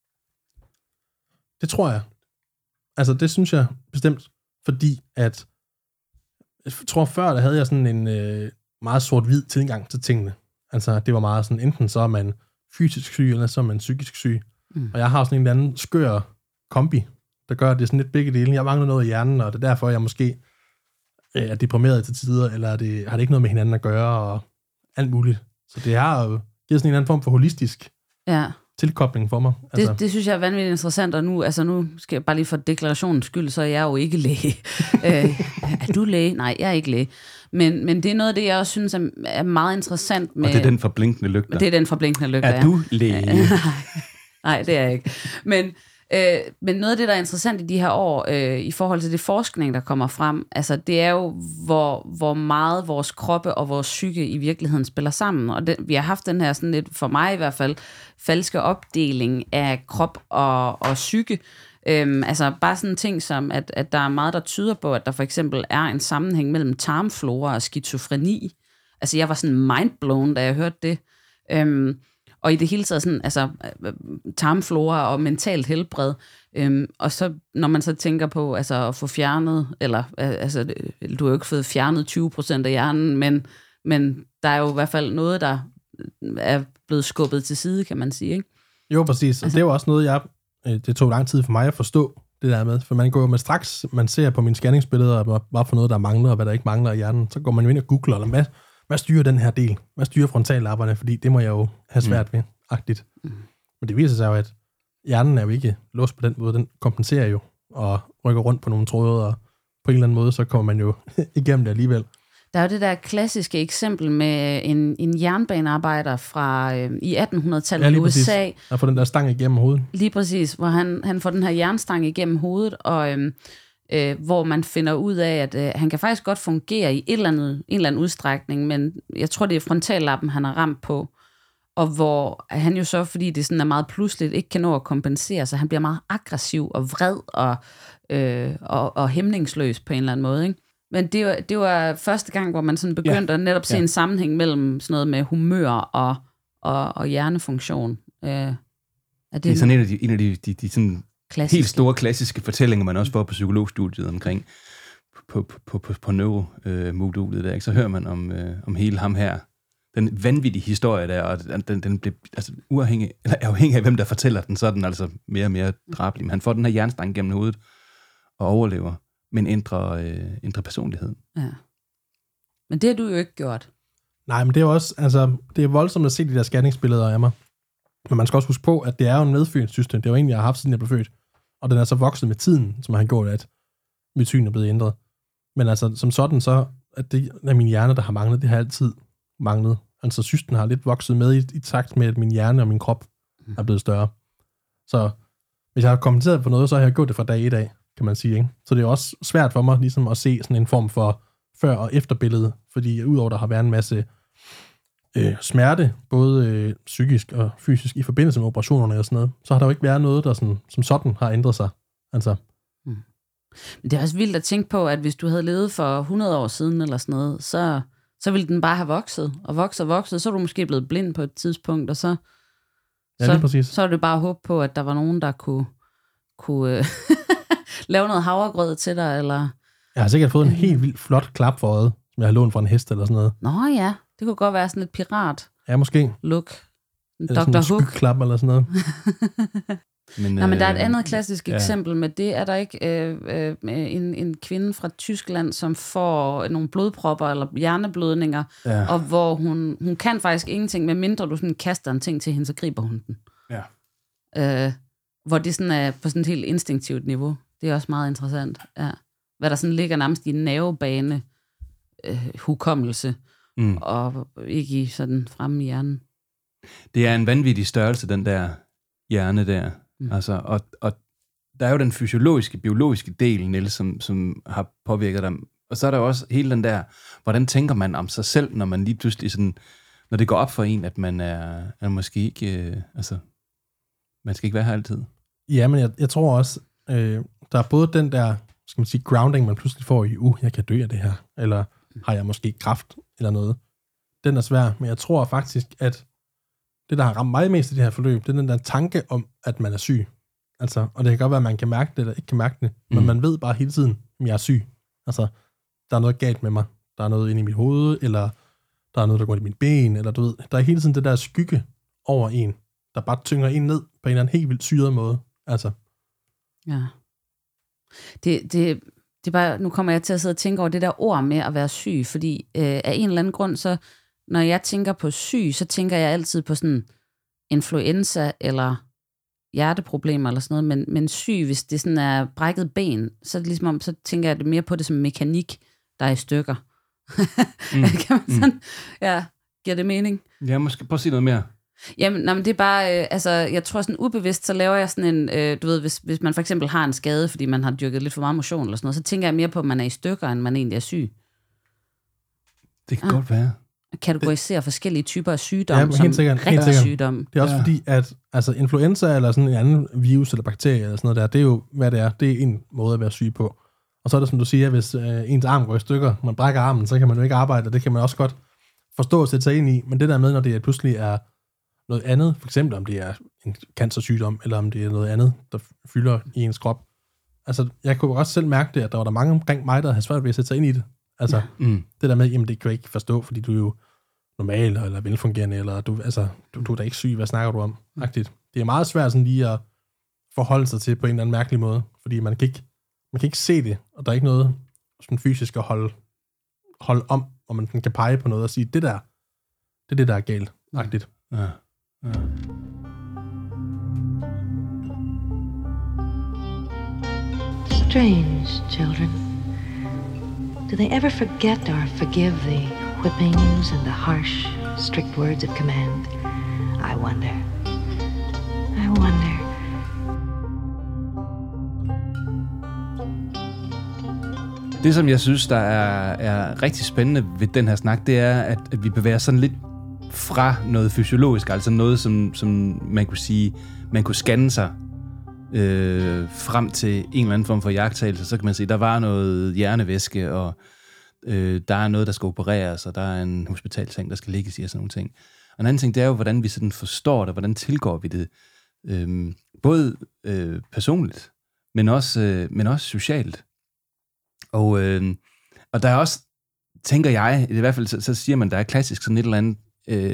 Det tror jeg. Altså, det synes jeg bestemt, fordi at jeg tror før, der havde jeg sådan en meget sort-hvid tilgang til tingene. Altså, det var meget sådan, enten så er man fysisk syg, eller så er man psykisk syg. Og jeg har sådan en eller anden skør kombi, der gør, at det er sådan lidt begge dele. Jeg mangler noget i hjernen, og det er derfor, jeg måske er deprimeret til tider, eller har det ikke noget med hinanden at gøre, og alt muligt. Så det har jo givet sådan en anden form for holistisk tilkobling for mig. Altså. Det synes jeg er vanvittigt interessant, og nu skal jeg bare lige for deklarationens skyld, så er jeg jo ikke læge. Er du læge? Nej, jeg er ikke læge. Men det er noget af det, jeg også synes er meget interessant med... Og det er den forblinkende lygter. Det er den forblinkende lygter, Er du læge? Nej, det er jeg ikke. Men noget af det, der er interessant i de her år, i forhold til det forskning, der kommer frem, altså det er jo, hvor meget vores kroppe og vores psyke i virkeligheden spiller sammen. Og vi har haft den her sådan lidt, for mig i hvert fald, falske opdeling af krop og psyke. Altså bare sådan en ting som, at der er meget, der tyder på, at der for eksempel er en sammenhæng mellem tarmflora og skizofreni. Altså jeg var sådan mindblown, da jeg hørte det. Og i det hele taget sådan, altså tarmflora og mentalt helbred. Og så, når man så tænker på altså, at få fjernet, eller altså, du har jo ikke fået fjernet 20% af hjernen, men der er jo i hvert fald noget, der er blevet skubbet til side, kan man sige, ikke? Jo, præcis. Og det er jo også noget, det tog lang tid for mig at forstå det der med. For man går jo med straks, man ser på mine scanningsbilleder, hvad for noget, der mangler, og hvad der ikke mangler i hjernen. Så går man jo ind og googler, eller hvad styrer den her del? Hvad styrer frontallapperne? Fordi det må jeg jo have svært ved, agtigt. Men det viser sig jo, at hjernen er jo ikke låst på den måde. Den kompenserer jo og rykker rundt på nogle tråde, og på en eller anden måde, så kommer man jo igennem det alligevel. Der er jo det der klassiske eksempel med en jernbanearbejder fra i 1800-tallet i USA. Der får den der stang igennem hovedet. Lige præcis, hvor han får den her jernstang igennem hovedet, og hvor man finder ud af, at han kan faktisk godt fungere i en eller anden udstrækning, men jeg tror, det er frontallappen, han har ramt på. Og hvor han jo så, fordi det sådan er meget pludseligt, ikke kan nå at kompensere, så han bliver meget aggressiv og vred og hæmningsløs på en eller anden måde, ikke? Men det var første gang, hvor man sådan begyndte at netop se en sammenhæng mellem sådan noget med humør og hjernefunktion. Det er sådan en af de sådan helt store klassiske fortællinger, man også får på psykologstudiet omkring på neuromodulet der, ikke? Så hører man om hele ham her. Den vanvittige historie der, og den bliver altså afhængig af, hvem der fortæller den, så er den altså mere og mere drabelig. Men han får den her jernstang gennem hovedet og overlever, men ændrer personligheden. Ja. Men det har du jo ikke gjort. Nej, men det er også, altså, det er voldsomt at se de der scanningsbilleder af mig. Men man skal også huske på, at det er jo en medfødselssystem. Det er jo egentlig, jeg har haft, siden jeg blev født. Og den er så vokset med tiden, som har gjort, at mit syn er blevet ændret. Men altså, som sådan, så at det er min hjerne, der har manglet. Det har altid manglet. Altså, cysten har lidt vokset med i takt med, at min hjerne og min krop er blevet større. Så hvis jeg har kommenteret på noget, så har jeg gjort det fra dag 1 af, kan man sige, ikke? Så det er også svært for mig ligesom at se sådan en form for før- og efterbillede, fordi udover der har været en masse smerte, både psykisk og fysisk, i forbindelse med operationerne og sådan noget, så har der jo ikke været noget, der sådan, som sådan har ændret sig. Altså. Men det er også vildt at tænke på, at hvis du havde levet for 100 år siden eller sådan noget, så ville den bare have vokset og vokset, så er du måske blevet blind på et tidspunkt, og så er det bare at håbe på, at der var nogen, der kunne lave noget havregrød til dig, eller... Jeg har sikkert fået en helt vildt flot klap for øjet, som jeg har lånt fra en hest eller sådan noget. Nå ja, det kunne godt være sådan lidt pirat. Ja, måske. Look. Eller sådan en skyggeklap eller sådan noget. Men der er et andet klassisk eksempel med det. Er der ikke en kvinde fra Tyskland, som får nogle blodpropper eller hjerneblødninger, og hvor hun kan faktisk ingenting, medmindre du sådan kaster en ting til hende, så griber hun den. Ja. Hvor det sådan er på sådan et helt instinktivt niveau. Det er også meget interessant. Ja. Hvad der sådan ligger nærmest i en nervebane hukommelse, og ikke i sådan fremme i hjernen. Det er en vanvittig størrelse, den der hjerne der. Altså, og der er jo den fysiologiske, biologiske del, Niels, som har påvirket dem. Og så er der jo også hele den der, hvordan tænker man om sig selv, når man lige pludselig sådan, når det går op for en, at man er måske ikke, man skal ikke være her altid. Ja, men jeg tror også, der er både den der, skal man sige, grounding, man pludselig får i, jeg kan dø af det her, eller har jeg måske kræft, eller noget. Den er svær, men jeg tror faktisk, at det, der har ramt mig mest i det her forløb, det er den der tanke om, at man er syg. Altså, og det kan godt være, at man kan mærke det, eller ikke kan mærke det, men man ved bare hele tiden, at jeg er syg. Altså, der er noget galt med mig. Der er noget inde i mit hoved, eller der er noget, der går i mit ben, eller du ved, der er hele tiden det der skygge over en, der bare tynger en ned på en eller anden helt vildt syret måde. Altså. Ja. Det er bare, nu kommer jeg til at sidde og tænke over det der ord med at være syg, fordi af en eller anden grund, så når jeg tænker på syg, så tænker jeg altid på sådan influenza eller hjerteproblemer eller sådan noget, men syg, hvis det sådan er brækket ben, så er det ligesom om, så tænker jeg det mere på det som mekanik, der er i stykker. Kan man sådan, giver det mening? Ja, måske prøv at sige noget mere. Jamen, det er bare, jeg tror sådan ubevidst, så laver jeg sådan en, du ved, hvis man for eksempel har en skade, fordi man har dyrket lidt for meget motion eller sådan noget, så tænker jeg mere på, at man er i stykker, end man egentlig er syg. Det kan godt være. Kategorisere forskellige typer af sygdom som rigtig sygdom. Det er også fordi, at altså, influenza eller sådan en anden virus eller bakterie eller sådan noget der, det er jo, hvad det er. Det er en måde at være syg på. Og så er det, som du siger, hvis ens arm går i stykker, man brækker armen, så kan man jo ikke arbejde, og det kan man også godt forstå og sætte sig ind i. Men det der med, når det pludselig er noget andet, for eksempel om det er en cancersygdom, eller om det er noget andet, der fylder i ens krop. Altså, jeg kunne også selv mærke det, at der var der mange omkring mig, der havde svært ved at sætte sig ind i det. Altså, det der med, jamen det kan jeg ikke forstå, fordi du er jo normal, eller velfungerende, eller du er da ikke syg, hvad snakker du om? Agtigt. Det er meget svært sådan lige at forholde sig til på en eller anden mærkelig måde, fordi man kan ikke se det, og der er ikke noget sådan fysisk at holde om, og man kan pege på noget og sige, det er det, der er galt. Agtigt. Ja. Strange children. Do they ever forget or forgive the whippings and the harsh, strict words of command? I wonder. I wonder. Det, som jeg synes, der er rigtig spændende ved den her snak, det er, at vi bevæger sådan lidt fra noget fysiologisk, altså noget, som man kunne sige, man kunne scanne sig frem til en eller anden form for iagttagelse. Så kan man sige, der var noget hjernevæske, og der er noget, der skal opereres, og der er en hospitalseng, der skal ligges i, og sådan nogle ting. Og en anden ting, det er jo, hvordan vi sådan forstår det, hvordan tilgår vi det, både personligt, men også socialt. Og der er også, tænker jeg, i hvert fald så siger man, der er klassisk sådan et eller andet,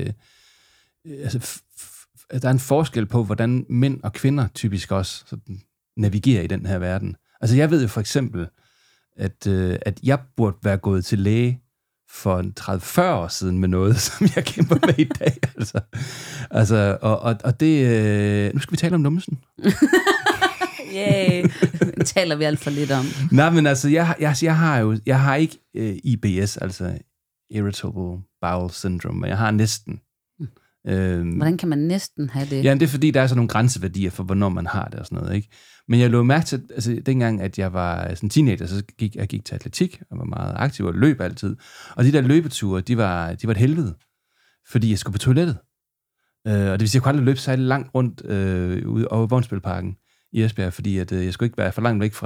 der er en forskel på, hvordan mænd og kvinder typisk også sådan navigerer i den her verden. Altså jeg ved jo for eksempel, at jeg burde være gået til læge for 30-40 år siden med noget, som jeg kæmper med i dag. Altså, og det... nu skal vi tale om numsen. Det taler vi alt for lidt om. Nej, men altså, jeg har ikke IBS, altså Irritable Bowel Syndrome, men jeg har næsten. Hvordan kan man næsten have det? Ja, det er fordi, der er sådan nogle grænseværdier for, hvornår man har det og sådan noget, ikke? Men jeg lå mærke til, altså dengang, at jeg var sådan teenager, så gik jeg til atletik, og var meget aktiv og løb altid. Og de der løbeture, de var et helvede, fordi jeg skulle på toilettet. Og det vil sige, at jeg kunne aldrig løbe særlig langt rundt ude over Vågnspilparken i Esbjerg, fordi at, jeg skulle ikke være for langt væk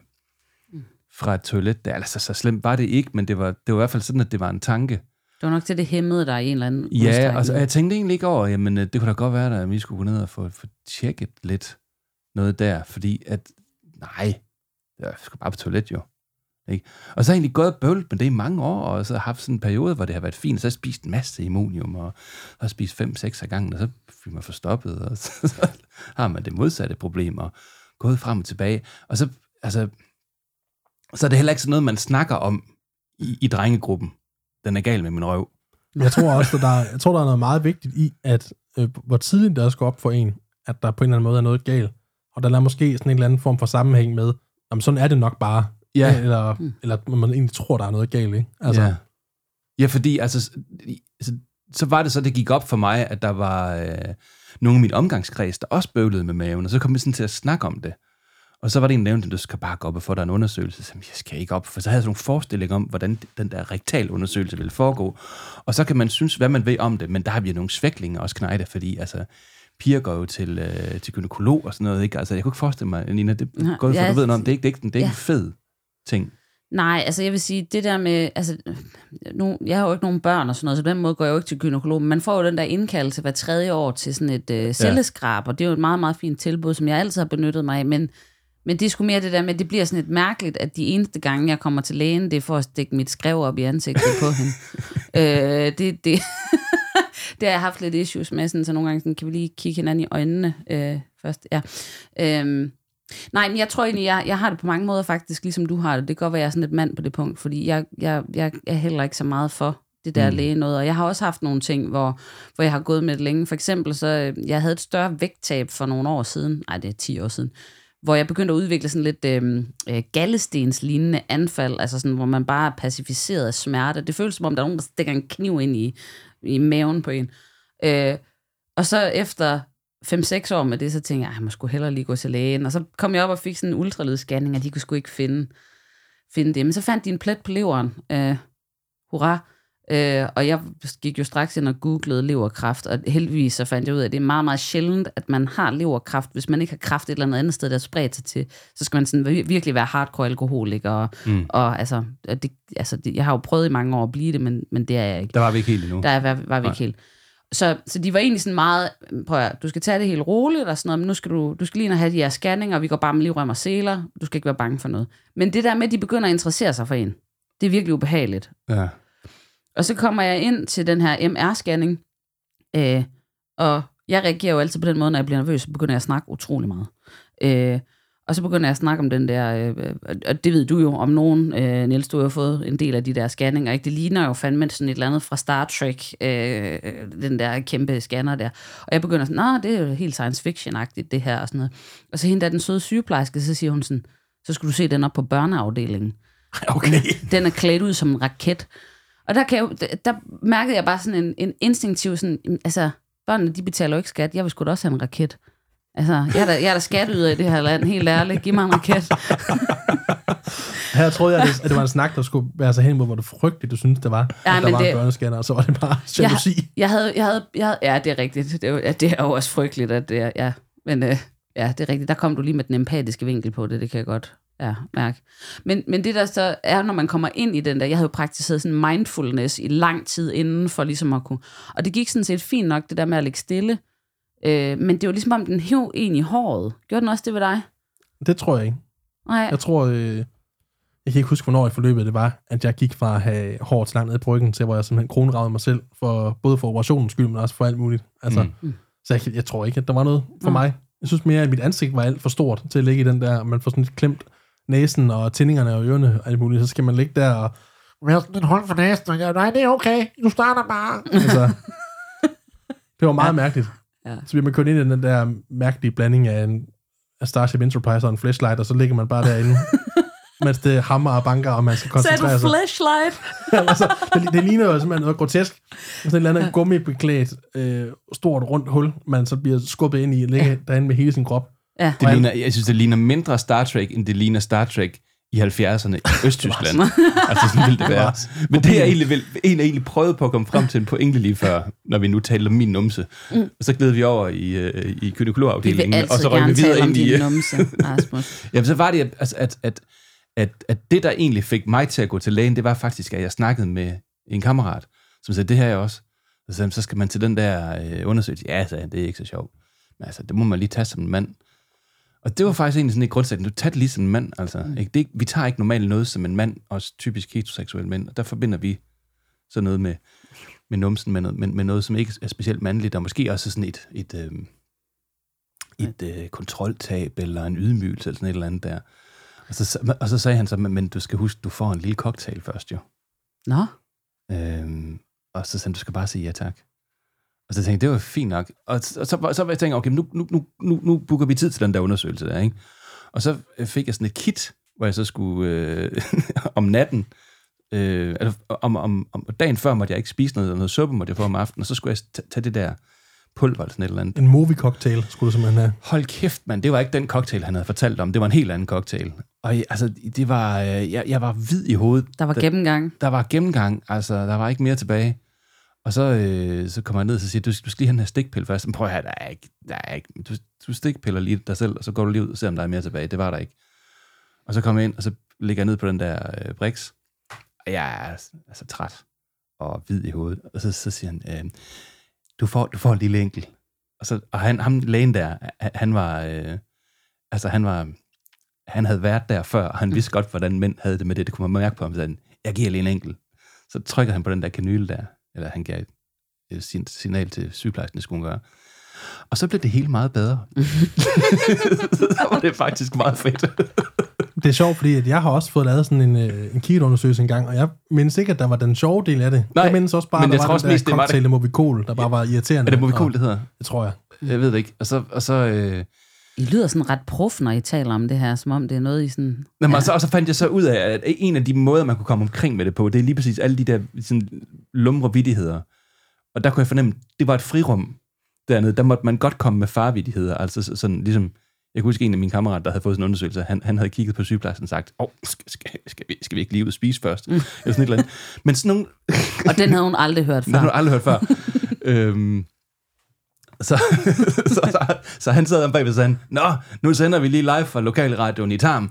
fra et toilet. Altså, så slemt var det ikke, men det var i hvert fald sådan, at det var en tanke. Det var nok til det hæmmede dig i en eller anden udstrækning. Ja, og jeg tænkte egentlig ikke over, jamen det kunne da godt være, at vi skulle gå ned og få tjekket lidt noget der, fordi at, nej, jeg skulle bare på toilet jo. Ikke? Og så har jeg egentlig gået bøvlet med det i mange år, og så har jeg haft sådan en periode, hvor det har været fint, så har jeg spist en masse Immunium, og har spist 5-6 af gangen, og så fik man forstoppet, og så har man det modsatte problem, og gået frem og tilbage. Og så er det heller ikke sådan noget, man snakker om i drengegruppen. Den er gal med min røv. Jeg tror også, der er noget meget vigtigt i, at hvor tidligt det også går op for en, at der på en eller anden måde er noget galt. Og der er måske sådan en eller anden form for sammenhæng med, jamen sådan er det nok bare. Ja. Eller man egentlig tror, der er noget galt, ikke? Altså. Ja, fordi så var det så, det gik op for mig, at der var nogle af mine omgangskreds, der også bøvlede med maven, og så kom vi sådan til at snakke om det. Og så var det en nævnt, at du skal bare gå op og få dig en undersøgelse. Så jeg skal ikke op, for så havde jeg sådan nogle forestillinger om, hvordan den der rektal undersøgelse ville foregå. Og så kan man synes, hvad man ved om det, men der har vi nogle svæklinger også knejde, fordi altså, piger går jo til gynekolog og sådan noget, ikke? Altså, jeg kunne ikke forestille mig, Nina, det går for, du ved noget om, det er ikke en fed ting. Nej, altså jeg vil sige, det der med, altså, jeg har jo ikke nogen børn og sådan noget, så på den måde går jeg jo ikke til gynekolog, men man får jo den der indkaldelse hver 3. år til sådan et celleskrab, og det er jo et meget, meget fint tilbud, som jeg altid har benyttet mig af, men det er sgu mere det der med, at det bliver sådan et mærkeligt, at de eneste gange, jeg kommer til lægen, det er for at stikke mit skrev op i ansigtet på hende. Det har jeg haft lidt issues med, sådan, så nogle gange sådan, kan vi lige kigge hinanden i øjnene først. Ja. Nej, men jeg tror egentlig, jeg har det på mange måder faktisk, ligesom du har det. Det kan godt være, jeg er sådan et mand på det punkt, fordi jeg er heller ikke så meget for det der læge noget. Og jeg har også haft nogle ting, hvor jeg har gået med det længe. For eksempel, så jeg havde et større vægttab for nogle år siden. Nej, det er 10 år siden. Hvor jeg begyndte at udvikle sådan lidt gallestenslignende anfald, altså sådan, hvor man bare er pacificeret af smerte. Det føles som om, der er nogen, der stikker en kniv ind i maven på en. Og så efter 5-6 år med det, så tænkte jeg må sgu hellere lige gå til lægen. Og så kom jeg op og fik sådan en ultralydsscanning, og de kunne sgu ikke finde det. Men så fandt de en plet på leveren. Hurra. Og jeg gik jo straks ind og googlede leverkræft, og heldigvis så fandt jeg ud af, at det er meget, meget sjældent, at man har leverkræft. Hvis man ikke har kræft et eller andet sted, der spredt sig til, så skal man sådan virkelig være hardcore alkoholiker. Og altså, jeg har jo prøvet i mange år at blive det, men det er jeg ikke. Der var vi ikke helt endnu. Der var vi ikke helt. Så de var egentlig sådan meget, prøv at, du skal tage det helt roligt og sådan noget, men nu skal du skal lige ind og have de her scanninger, og vi går bare med livrem og seler, du skal ikke være bange for noget. Men det der med, at de begynder at interessere sig for en, det er virkelig ubehageligt. Ja. Og så kommer jeg ind til den her MR-scanning, og jeg reagerer jo altid på den måde, når jeg bliver nervøs, så begynder jeg at snakke utrolig meget. Og så begynder jeg at snakke om den der, og det ved du jo om nogen, Niels, du har jo fået en del af de der scanninger, ikke? Det ligner jo fandme sådan et eller andet fra Star Trek, den der kæmpe scanner der. Og jeg begynder sådan, det er jo helt science fiction-agtigt det her og sådan noget. Og så hende der, den søde sygeplejerske, så siger hun sådan, så skulle du se den op på børneafdelingen. Okay. Den er klædt ud som en raket. Og der mærkede jeg bare sådan en instinktiv, sådan, altså, børnene, de betaler jo ikke skat. Jeg vil sgu da også have en raket. Altså, jeg er da skatteyder i det her land, helt ærligt. Giv mig en raket. Her troede jeg, at det var en snak, der skulle være så hen, hvor du frygteligt, du synes, det var. Ja, der var en børnescanner, og så var det bare jalousi. Jeg havde, ja, det er rigtigt. Det er jo også frygteligt, at det er, ja. Men ja, det er rigtigt. Der kom du lige med den empatiske vinkel på det kan jeg godt mærke. Men det der så er, når man kommer ind i den der, jeg havde jo praktiseret sådan mindfulness i lang tid inden for ligesom at kunne, og det gik sådan set fint nok, det der med at ligge stille, men det var ligesom om den hev en i håret. Gjorde den også det ved dig? Det tror jeg ikke. Nej. Jeg tror, jeg kan ikke huske, hvornår i forløbet det var, at jeg gik fra at have hårdt langt ned i bryggen, til hvor jeg simpelthen kronravede mig selv, både for operationens skyld, men også for alt muligt. Altså, så jeg tror ikke, at der var noget for mig. Jeg synes mere, at mit ansigt var alt for stort til at ligge i den der, man får sådan lidt klemt næsen og tændingerne og ørerne og alt muligt, så skal man ligge der og sådan en hånd for næsen, og nej, det er okay, du starter bare. Altså, det var meget mærkeligt. Ja. Så bliver man kørt ind i den der mærkelige blanding af en Starship Enterprise og en flashlight, og så ligger man bare derinde, mens det hammer og banker, og man skal koncentrere sig. Sagde du flashlight? Altså, det ligner jo simpelthen noget grotesk. Sådan et eller andet gummibeklædt, stort, rundt hul, man så bliver skubbet ind i, og ligger derinde med hele sin krop. Ja. Jeg synes, det ligner mindre Star Trek, end det ligner Star Trek i 70'erne i Østtyskland. Altså, sådan ville det være. Men det er egentlig prøvet på at komme frem til en pointe lige før, når vi nu taler om min numse. Og så gled vi over i gynekologafdelingen, og så røg vi videre ind i numse, Rasmus. Jamen, så var det, at det, der egentlig fik mig til at gå til lægen, det var faktisk, at jeg snakkede med en kammerat, som sagde, det her er også. Så skal man til den der undersøgelse. Ja, sagde han, det er ikke så sjovt. Men altså, det må man lige tage som en mand. Og det var faktisk egentlig sådan et grundsætning. Du tager det lige som en mand, altså. Ikke? Vi tager ikke normalt noget som en mand, også typisk heteroseksuelle mænd. Og der forbinder vi sådan noget med numsen, med noget, som ikke er specielt mandligt, og måske også sådan et kontroltab, eller en ydmygelse, eller sådan et eller andet der. Og så sagde han så, men du skal huske, du får en lille cocktail først, jo. Nå. Og så sagde han, du skal bare sige ja tak. Og så tænkte jeg, det var fint nok. Og så jeg tænkte, okay, nu booker vi tid til den der undersøgelse der, ikke? Og så fik jeg sådan et kit, hvor jeg så skulle om natten, om dagen før måtte jeg ikke spise noget suppe, måtte jeg få om aftenen, og så skulle jeg tage det der pulver eller sådan et eller andet. En movie-cocktail skulle du simpelthen have. Hold kæft, mand, det var ikke den cocktail, han havde fortalt om. Det var en helt anden cocktail. Og altså, det var, jeg var hvid i hovedet. Der var gennemgang. Der var gennemgang, altså, der var ikke mere tilbage. Og så kommer jeg ned og siger, du skal lige have den her stikpille først. Men prøv at høre, der er ikke. Du stikpiller lige dig selv, og så går du lige ud og ser, om der er mere tilbage. Det var der ikke. Og så kommer jeg ind, og så ligger jeg ned på den der Brix. Og jeg er altså træt og hvid i hovedet. Og så siger han, du får en lille enkel. Og ham lægen der, han havde været der før, og han vidste godt, hvordan mænd havde det med det. Det kunne man mærke på ham. Så han, jeg giver lige en enkel. Så trykker han på den der kanyle der. Eller han gav et signal til sygeplejersken, det skulle hun gøre. Og så blev det hele meget bedre. Så var det faktisk meget fedt. Det er sjovt, fordi at jeg har også fået lavet sådan en KIT-undersøgelse en gang, og jeg mindes ikke, at der var den sjove del af det. Nej, jeg mindes også bare, at der var den der cocktail af Movicol, der bare var irriterende. Er det Movicol, det hedder? Det tror jeg. Jeg ved det ikke. Og så I lyder sådan ret prof, når I taler om det her, som om det er noget i sådan... Jamen, og så fandt jeg så ud af, at en af de måder, man kunne komme omkring med det på, det er lige præcis alle de der sådan, lumre vittigheder. Og der kunne jeg fornemme, det var et frirum dernede. Der måtte man godt komme med farvittigheder. Altså sådan ligesom... Jeg kunne huske en af mine kammerater, der havde fået sådan en undersøgelse. Han havde kigget på sygeplejersken og sagt, skal vi ikke lige ud og spise først? Eller sådan et eller andet. Men sådan nogle... Og den havde hun aldrig hørt før. Den havde hun aldrig hørt før. Så han sad bagved og sagde, nå, nu sender vi lige live fra lokalradioen i Tarm.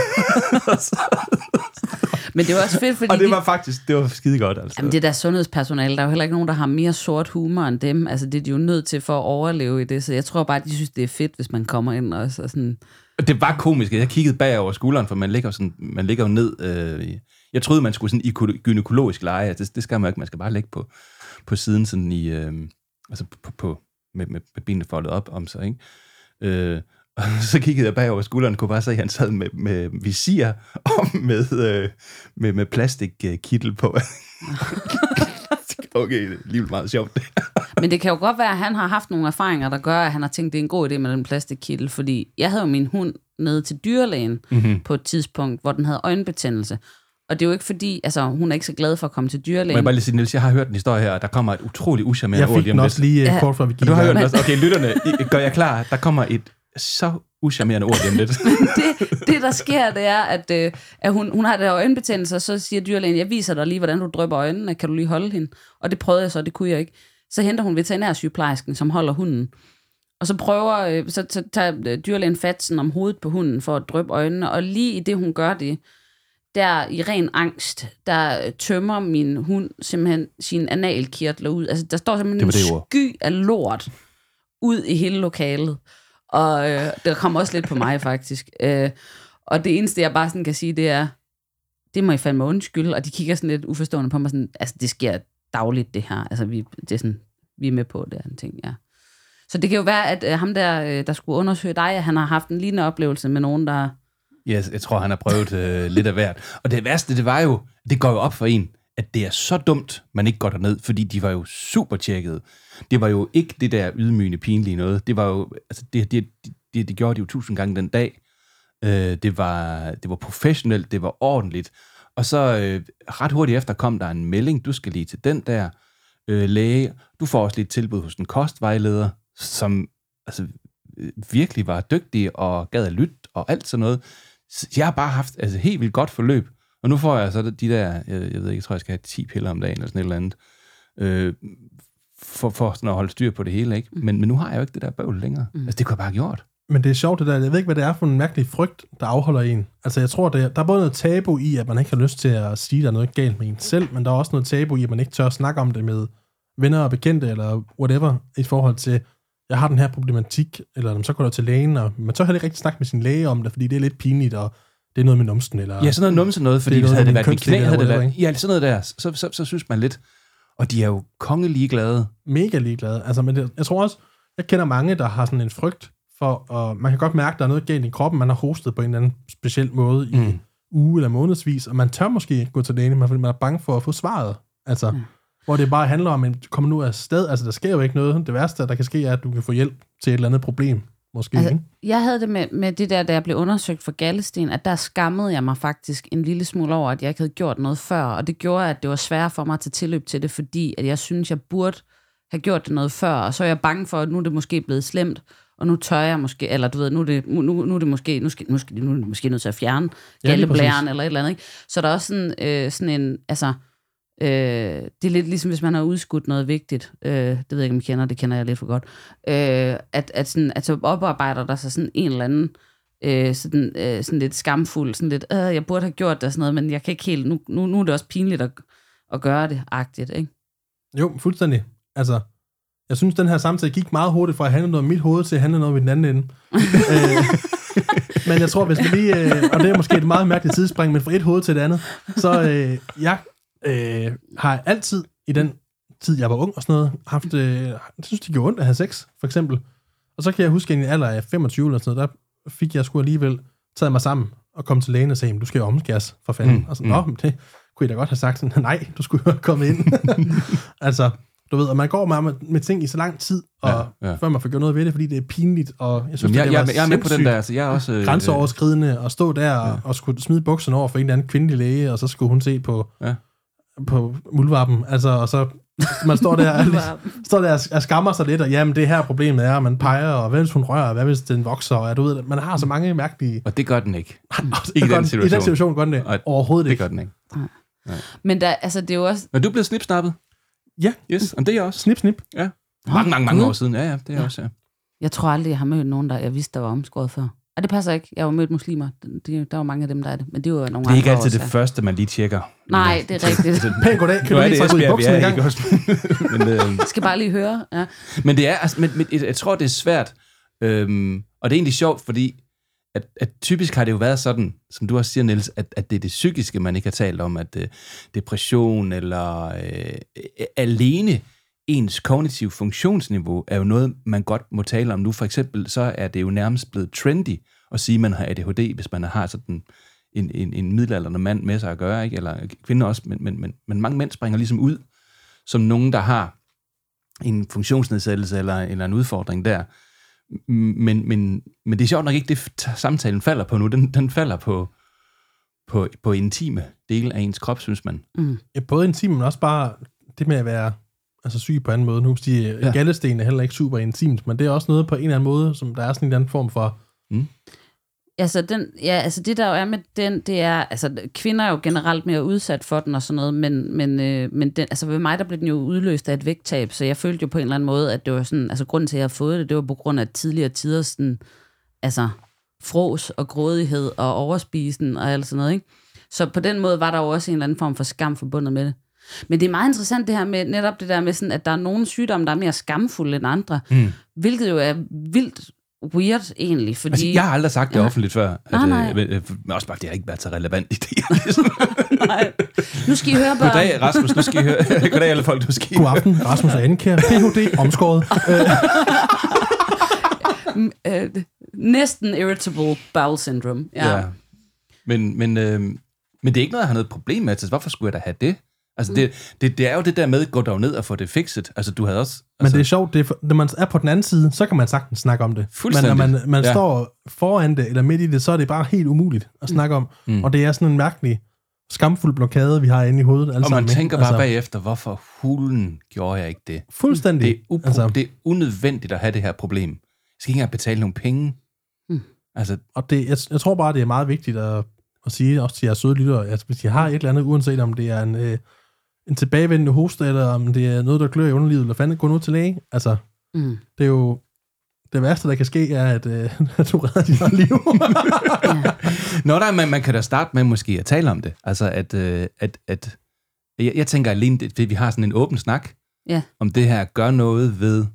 Men det var også fedt, fordi... Og det var skide godt, altså. Jamen, det der sundhedspersonale, der er jo heller ikke nogen, der har mere sort humor end dem. Altså, det er de jo nødt til for at overleve i det. Så jeg tror bare, at de synes, det er fedt, hvis man kommer ind også og sådan... Det var komisk. Jeg kiggede bagover skulderen, for man ligger jo ned... Jeg troede, man skulle sådan i gynækologisk leje. Det skal man ikke. Man skal bare ligge på siden sådan i... altså med benene foldet op om sig, ikke? Og så kiggede jeg bagover skulderen, kunne bare se, at han sad med visir og med plastikkittel på. Okay, det er lige meget sjovt. Men det kan jo godt være, at han har haft nogle erfaringer, der gør, at han har tænkt, det er en god idé med den plastikkittel, fordi jeg havde jo min hund nede til dyrlægen på et tidspunkt, hvor den havde øjenbetændelse. Og det er jo ikke fordi, altså hun er ikke så glad for at komme til dyrlægen. Må jeg bare lige sige, Niels, jeg har hørt en historie her, og der kommer et utroligt uschammerende ord Jeg fik den også lige kort før vi gik. Du har hørt den også. Okay, lytterne, gør jeg klar. Der kommer et så uschammerende ord lige om lidt. det, der sker, det er, at hun har der øjenbetændelse, og så siger dyrlægen, jeg viser dig lige, hvordan du drypper øjnene, kan du lige holde hende? Og det prøvede jeg så, det kunne jeg ikke. Så henter hun veterinærsygeplejersken, som holder hunden. Og så tager dyrlægen fat sådan om hovedet på hunden for at dryppe øjnene, og lige i det, hun gør det, der i ren angst, der tømmer min hund simpelthen sine analkirtler ud. Altså, der står simpelthen en sky af lort ud i hele lokalet. Og der kommer også lidt på mig, faktisk. Og det eneste, jeg bare sådan kan sige, det er, det må I fandme undskylde. Og de kigger sådan lidt uforstående på mig, sådan, altså, det sker dagligt, det her. Altså, vi er med på det, en ting, ja. Så det kan jo være, at ham der skulle undersøge dig, at han har haft en lignende oplevelse med nogen, der... Ja, jeg tror, han har prøvet lidt af hvert. Og det værste, det var jo, det går jo op for en, at det er så dumt, man ikke går derned, fordi de var jo super tjekkede. Det var jo ikke det der ydmygende, pinlige noget. Det var jo, altså det gjorde de jo 1000 gange den dag. Det var professionelt, det var ordentligt. Og så ret hurtigt efter kom der en melding, du skal lige til den der læge. Du får også lige et tilbud hos en kostvejleder, som altså virkelig var dygtig og gad at lytte og alt sådan noget. Så jeg har bare haft helt vildt godt forløb. Og nu får jeg så de der, jeg ved ikke, jeg tror, jeg skal have 10 piller om dagen eller sådan et eller andet, for sådan at holde styr på det hele, ikke? Men nu har jeg jo ikke det der bøvl længere. Altså, det kunne jeg bare have gjort. Men det er sjovt det der, jeg ved ikke, hvad det er for en mærkelig frygt, der afholder en. Altså, jeg tror, der er både noget tabu i, at man ikke har lyst til at sige, at der er noget galt med en selv, men der er også noget tabu i, at man ikke tør at snakke om det med venner og bekendte, eller whatever, i forhold til, jeg har den her problematik, eller så går du til lægen, og man tør heller ikke rigtig snakke med sin læge om det, fordi det er lidt pinligt, og det er noget med numsen, eller... Ja, sådan noget numsen noget, fordi hvis havde det været mit knæ, havde det været... Ja, sådan noget der, så synes man lidt... Og de er jo kongelige glade. Mega ligeglade. Altså, men jeg tror også, jeg kender mange, der har sådan en frygt for, og man kan godt mærke, at der er noget galt i kroppen, man har hostet på en eller anden speciel måde i uge eller månedsvis, og man tør måske ikke gå til lægen, fordi man er bange for at få svaret. Altså, hvor det bare handler om, at komme nu afsted. Altså, der sker jo ikke noget. Det værste, der kan ske, er, at du kan få hjælp til et eller andet problem. Måske, altså, ikke? Jeg havde det med det der, da jeg blev undersøgt for galdesten, at der skammede jeg mig faktisk en lille smule over, at jeg ikke havde gjort noget før, og det gjorde, at det var svært for mig at tage tilløb til det, fordi at jeg synes, jeg burde have gjort det noget før, og så er jeg bange for, at nu er det måske blevet slemt, og nu tør jeg måske, eller du ved, nu er det måske nødt til at fjerne galdeblæren, eller et eller andet, ikke? Så der er også sådan en, altså, det er lidt ligesom, hvis man har udskudt noget vigtigt, det ved jeg ikke, om I kender, det kender jeg lidt for godt, at så oparbejder der sig sådan en eller anden, sådan lidt skamfuld, sådan lidt, jeg burde have gjort det og sådan noget, men jeg kan ikke helt, nu er det også pinligt at gøre det, agtigt, ikke? Jo, fuldstændig. Altså, jeg synes, den her samtale gik meget hurtigt fra at handle noget om mit hoved til at handle noget om den anden ende. Men jeg tror, hvis vi lige, og det er måske et meget mærkeligt tidsspring, men fra et hoved til det andet, så jeg har altid i den tid, jeg var ung og sådan noget, haft, jeg synes, det gjorde ondt at have sex, for eksempel. Og så kan jeg huske, at i en alder af 25 eller sådan noget, der fik jeg sgu alligevel taget mig sammen og kom til lægen og sagde, du skal jo omskæres for fanden. Og sådan, men det kunne jeg da godt have sagt sådan, nej, du skulle jo have kommet ind. Altså, du ved, og man går med ting i så lang tid, og før man får gjort noget ved det, fordi det er pinligt, og jeg synes, jeg er med på den der, altså jeg er også grænseoverskridende, og stå der og skulle smide bukserne over for en eller anden kvindelig læge, og så skulle hun se på muldvarpen, altså, og så man står der og skammer sig lidt, og jamen, det her problemet er, at man peger, og hvad hvis hun rører, hvad hvis den vokser, og du ved, man har så mange mærkelige... Og det gør den ikke. Ikke i den situation. I den situation gør den det overhovedet ikke. Det gør den ikke. Nej. Men der, altså, det er jo også... Men du er blevet snipsnappet? Ja. Yes, og det er også. Snip. Ja. Mange år siden. Ja, det er også, ja. Jeg tror aldrig, jeg har mødt nogen, der jeg vidste, der var omskåret før. Og det passer ikke. Jeg har mødt muslimer. Der var mange af dem, der er det. Men det er jo nogle andre. Det er ikke altid det første, man lige tjekker. Nej, det er rigtigt. Pæn goddag. Kan du lige tage ud i buksen en gang? Men, skal bare lige høre. Ja. Men det er, altså, jeg tror, det er svært. Og det er egentlig sjovt, fordi at typisk har det jo været sådan, som du også siger, Niels, at det er det psykiske, man ikke har talt om, at depression eller alene ens kognitive funktionsniveau er jo noget, man godt må tale om nu. For eksempel, så er det jo nærmest blevet trendy at sige, at man har ADHD, hvis man har sådan en middelaldrende mand med sig at gøre, ikke? Eller kvinder også, men mange mænd springer ligesom ud som nogen, der har en funktionsnedsættelse eller en udfordring der. Men det er sjovt nok ikke det, samtalen falder på nu. Den falder på intime dele af ens krop, synes man. Ja, både intime, men også bare det med at være syg på anden måde. Nu siger galdesten er heller ikke super intimt, men det er også noget på en eller anden måde, som der er sådan en eller anden form for... Altså, det der jo er med den, det er, kvinder er jo generelt mere udsat for den og sådan noget, men den, ved mig, der blev den jo udløst af et vægttab, så jeg følte jo på en eller anden måde, at det var sådan, grunden til, at jeg har fået det var på grund af tidligere tider sådan, frås og grådighed og overspisen og alt sådan noget, ikke? Så på den måde var der jo også en eller anden form for skam forbundet med det. Men det er meget interessant det her med, netop det der med sådan, at der er nogle sygdomme, der er mere skamfulde end andre, hvilket jo er vildt weird egentlig, fordi... jeg har aldrig sagt det offentligt før. Men også bare, det har ikke været så relevant i det. Nej. Nu skal I høre, børn. Goddag, Rasmus. Nu skal I høre. Goddag, alle folk. Nu skal I... God aften, Rasmus og Annika. PhD, omskåret. Næsten irritable bowel syndrome. Ja. Men det er ikke noget, jeg har noget problem med. Altså, hvorfor skulle jeg da have det? Altså, det er jo det der med, gå dog ned og få det fikset. Altså, du havde også... Men det er sjovt, når man er på den anden side, så kan man sagtens snakke om det. Fuldstændig. Men når man står foran det, eller midt i det, så er det bare helt umuligt at snakke om. Og det er sådan en mærkelig, skamfuld blokade, vi har inde i hovedet. Og man tænker bare bagefter, hvorfor hulen gjorde jeg ikke det? Fuldstændig. Det er unødvendigt at have det her problem. Jeg skal ikke engang betale nogle penge. Og det, jeg tror bare, det er meget vigtigt at sige, også til jeres søde lyttere, at hvis I har et eller andet, uanset om det er en tilbagevendende hoste, eller om det er noget, der klør i underlivet, eller fanden, gå nu til læge. Det er jo det værste, der kan ske, er, at du redder dit eget liv. Man kan da starte med måske at tale om det. Altså, at jeg tænker alene, det vi har sådan en åben snak, om det her gør noget ved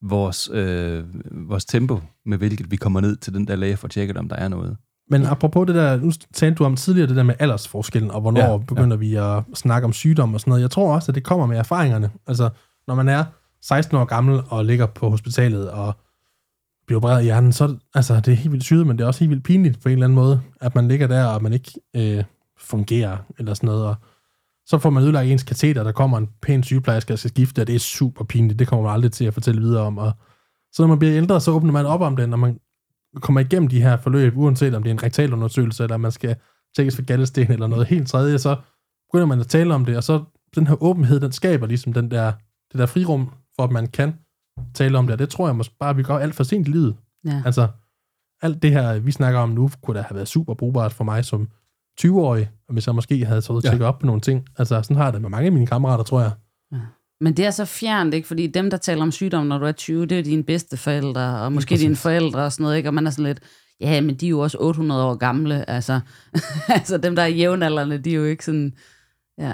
vores tempo, med hvilket vi kommer ned til den der læge for at tjekke, om der er noget. Men apropos det der, nu talte du om tidligere det der med aldersforskellen, og hvornår begynder vi at snakke om sygdom og sådan noget. Jeg tror også, at det kommer med erfaringerne. Altså, når man er 16 år gammel og ligger på hospitalet og bliver opereret i hjernen, så det er helt vildt syret, men det er også helt vildt pinligt på en eller anden måde, at man ligger der, og man ikke fungerer eller sådan noget. Og så får man ødelagt ens kateter, der kommer en pæn sygeplejerske, der skal skifte, og det er super pinligt. Det kommer man aldrig til at fortælle videre om. Og så når man bliver ældre, så åbner man op om det, når man kommer igennem de her forløb, uanset om det er en rektalundersøgelse, eller man skal tjekkes for galdesten eller noget helt tredje, så begynder man at tale om det, og så den her åbenhed, den skaber ligesom det der frirum, for at man kan tale om det, og det tror jeg måske bare, vi går alt for sent i livet. Ja. Alt det her, vi snakker om nu, kunne da have været super brugbart for mig som 20-årig, og hvis jeg måske havde taget tjekket op på nogle ting. Sådan har jeg det med mange af mine kammerater, tror jeg. Ja. Men det er så fjernt, ikke? Fordi dem, der taler om sygdom, når du er 20, det er dine bedsteforældre, og måske dine forældre og sådan noget, ikke? Og man er sådan lidt, ja, men de er jo også 800 år gamle, altså dem, der er jævnaldrende, de er jo ikke sådan, ja.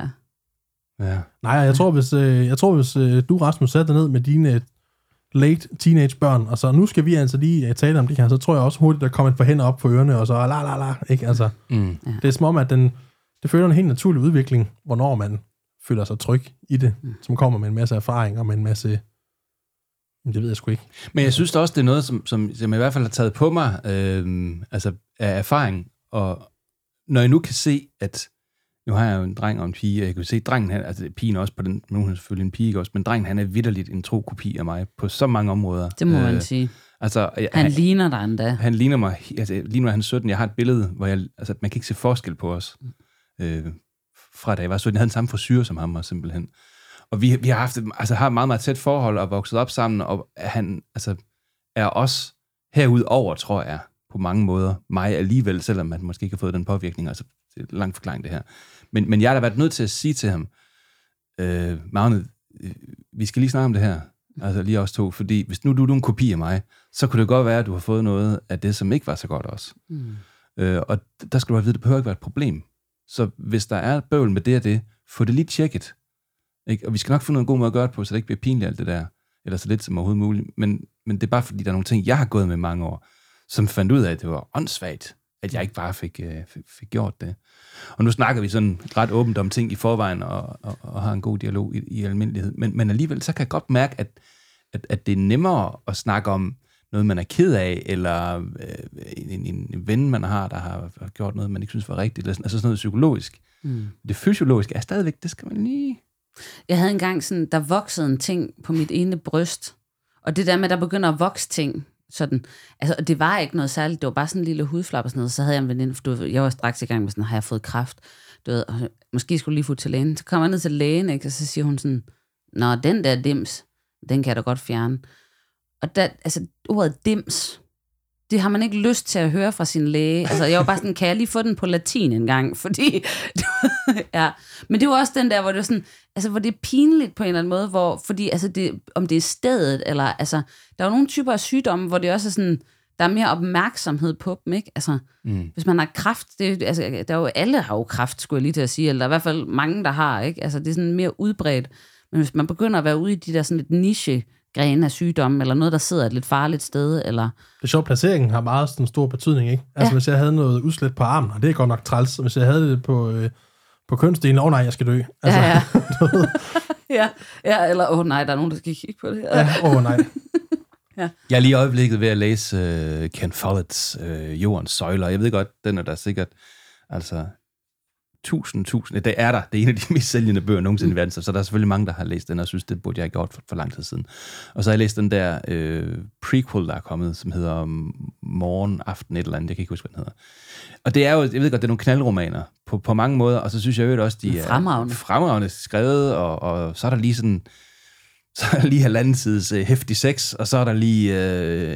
Nej, jeg tror, hvis du, Rasmus, satte dig ned med dine late teenage børn, og så nu skal vi lige tale om det her, så tror jeg også hurtigt, der kommer et par hænder op på ørerne, og så la, ikke? Det er som om, at det føler en helt naturlig udvikling, hvornår man føler sig tryg i det, som kommer med en masse erfaring og med en masse... Det ved jeg sgu ikke. Men jeg synes også, det er noget, som jeg i hvert fald har taget på mig, af erfaring, og når jeg nu kan se, at nu har jeg jo en dreng og en pige, og jeg kan se, at drengen, pigen også på den, nu er hun selvfølgelig en pige også, men drengen, han er vitterligt en tro kopi af mig på så mange områder. Det må man sige. Han ligner dig endda. Han ligner mig, lige nu er han 17, jeg har et billede, hvor man kan ikke se forskel på os. Fra da jeg var 17, jeg havde en samme frisyr som ham, og simpelthen. Og vi har haft har meget, meget tæt forhold og vokset op sammen, og han er også herudover, tror jeg, på mange måder, mig alligevel, selvom man måske ikke har fået den påvirkning. Det er en lang forklaring, det her. Men jeg har da været nødt til at sige til ham, Magne, vi skal lige snakke om det her, lige os to, fordi hvis nu du er en kopi af mig, så kunne det godt være, at du har fået noget af det, som ikke var så godt også. Og der skal du have vide, det behøver ikke være et problem. Så hvis der er bøvl med det og det, få det lige tjekket. Ikke? Og vi skal nok finde en god måde at gøre det på, så det ikke bliver pinligt alt det der, eller så lidt som overhovedet muligt. Men det er bare fordi, der er nogle ting, jeg har gået med mange år, som fandt ud af, at det var åndssvagt, at jeg ikke bare fik gjort det. Og nu snakker vi sådan ret åbent om ting i forvejen, og har en god dialog i almindelighed. Men alligevel, så kan jeg godt mærke, at det er nemmere at snakke om noget, man er ked af, eller en ven, man har, der har gjort noget, man ikke synes var rigtigt, eller sådan noget psykologisk. Det fysiologiske er stadigvæk, det skal man lige... Jeg havde engang sådan, der voksede en ting på mit ene bryst, og det der med, der begynder at vokse ting, sådan. Altså, det var ikke noget særligt. Det var bare sådan en lille hudflap og sådan noget. Så havde jeg en veninde, for jeg var straks i gang med sådan, har jeg fået kræft? Du ved, måske skulle lige få til lægen. Så kommer jeg ned til lægen, ikke? Og så siger hun sådan, nå, den der dims, den kan jeg da godt fjerne. Og der, altså, ordet dims, det har man ikke lyst til at høre fra sin læge. Altså, jeg var bare sådan, kan jeg lige få den på latin en gang? Fordi, ja. Men det var også den der, hvor det var sådan, altså, hvor det er pinligt på en eller anden måde, hvor, fordi, altså, om det er stedet, eller, altså, der er jo nogle typer af sygdomme, hvor det også er sådan, der er mere opmærksomhed på dem, ikke? Altså, hvis man har kræft, altså, der er jo, alle har jo kræft, skulle jeg lige til at sige, eller der er i hvert fald mange, der har, ikke? Altså, det er sådan mere udbredt. Men hvis man begynder at være ude i de der sådan lidt niche-grene af sygdomme, eller noget, der sidder et lidt farligt sted, eller... Det er sjovt, placeringen har meget sådan stor betydning, ikke? Altså, hvis jeg havde noget udslæt på armen, og det er godt nok træls, hvis jeg havde det på kønsdelen, nej, jeg skal dø. Altså, ja, eller nej, der er nogen, der skal kigge på det. Nej. Ja. Jeg er lige i øjeblikket ved at læse Ken Folletts Jordens Søjler. Jeg ved godt, den er der sikkert, altså, tusind. Det er der. Det er en af de mest sælgende bøger nogensinde i verden, så der er selvfølgelig mange, der har læst den, og synes, det burde jeg have gjort for lang tid siden. Og så har jeg læst den der prequel, der er kommet, som hedder Morgen, Aften, et eller andet. Jeg kan ikke huske, hvad den hedder. Og det er jo, jeg ved godt, det er nogle knaldromaner på mange måder, og så synes jeg jo også, de er fremragende skrevet, og så er der lige sådan, så er der lige halvanden sides heftig sex, og så er der lige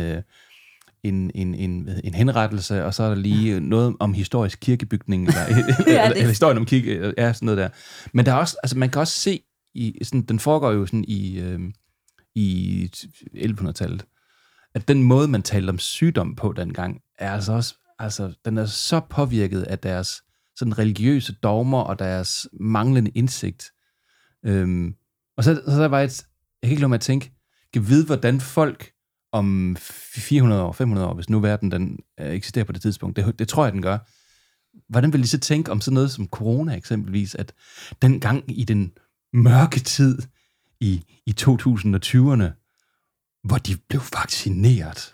en henrettelse, og så er der lige noget om historisk kirkebygning, eller historien om kirke, sådan noget der. Men der er også, altså man kan også se, sådan, den foregår jo sådan i 1100-tallet, at den måde, man talte om sygdom på dengang, er altså også, altså den er så påvirket af deres sådan religiøse dogmer, og deres manglende indsigt. Og så der var jeg kan ikke lade mig at tænke, kan vide, hvordan folk om 400 år, 500 år, hvis nu verden den eksisterer på det tidspunkt, det tror jeg, den gør. Hvordan vil de så tænke om sådan noget som corona eksempelvis, at dengang i den mørke tid i 2020'erne, hvor de blev vaccineret.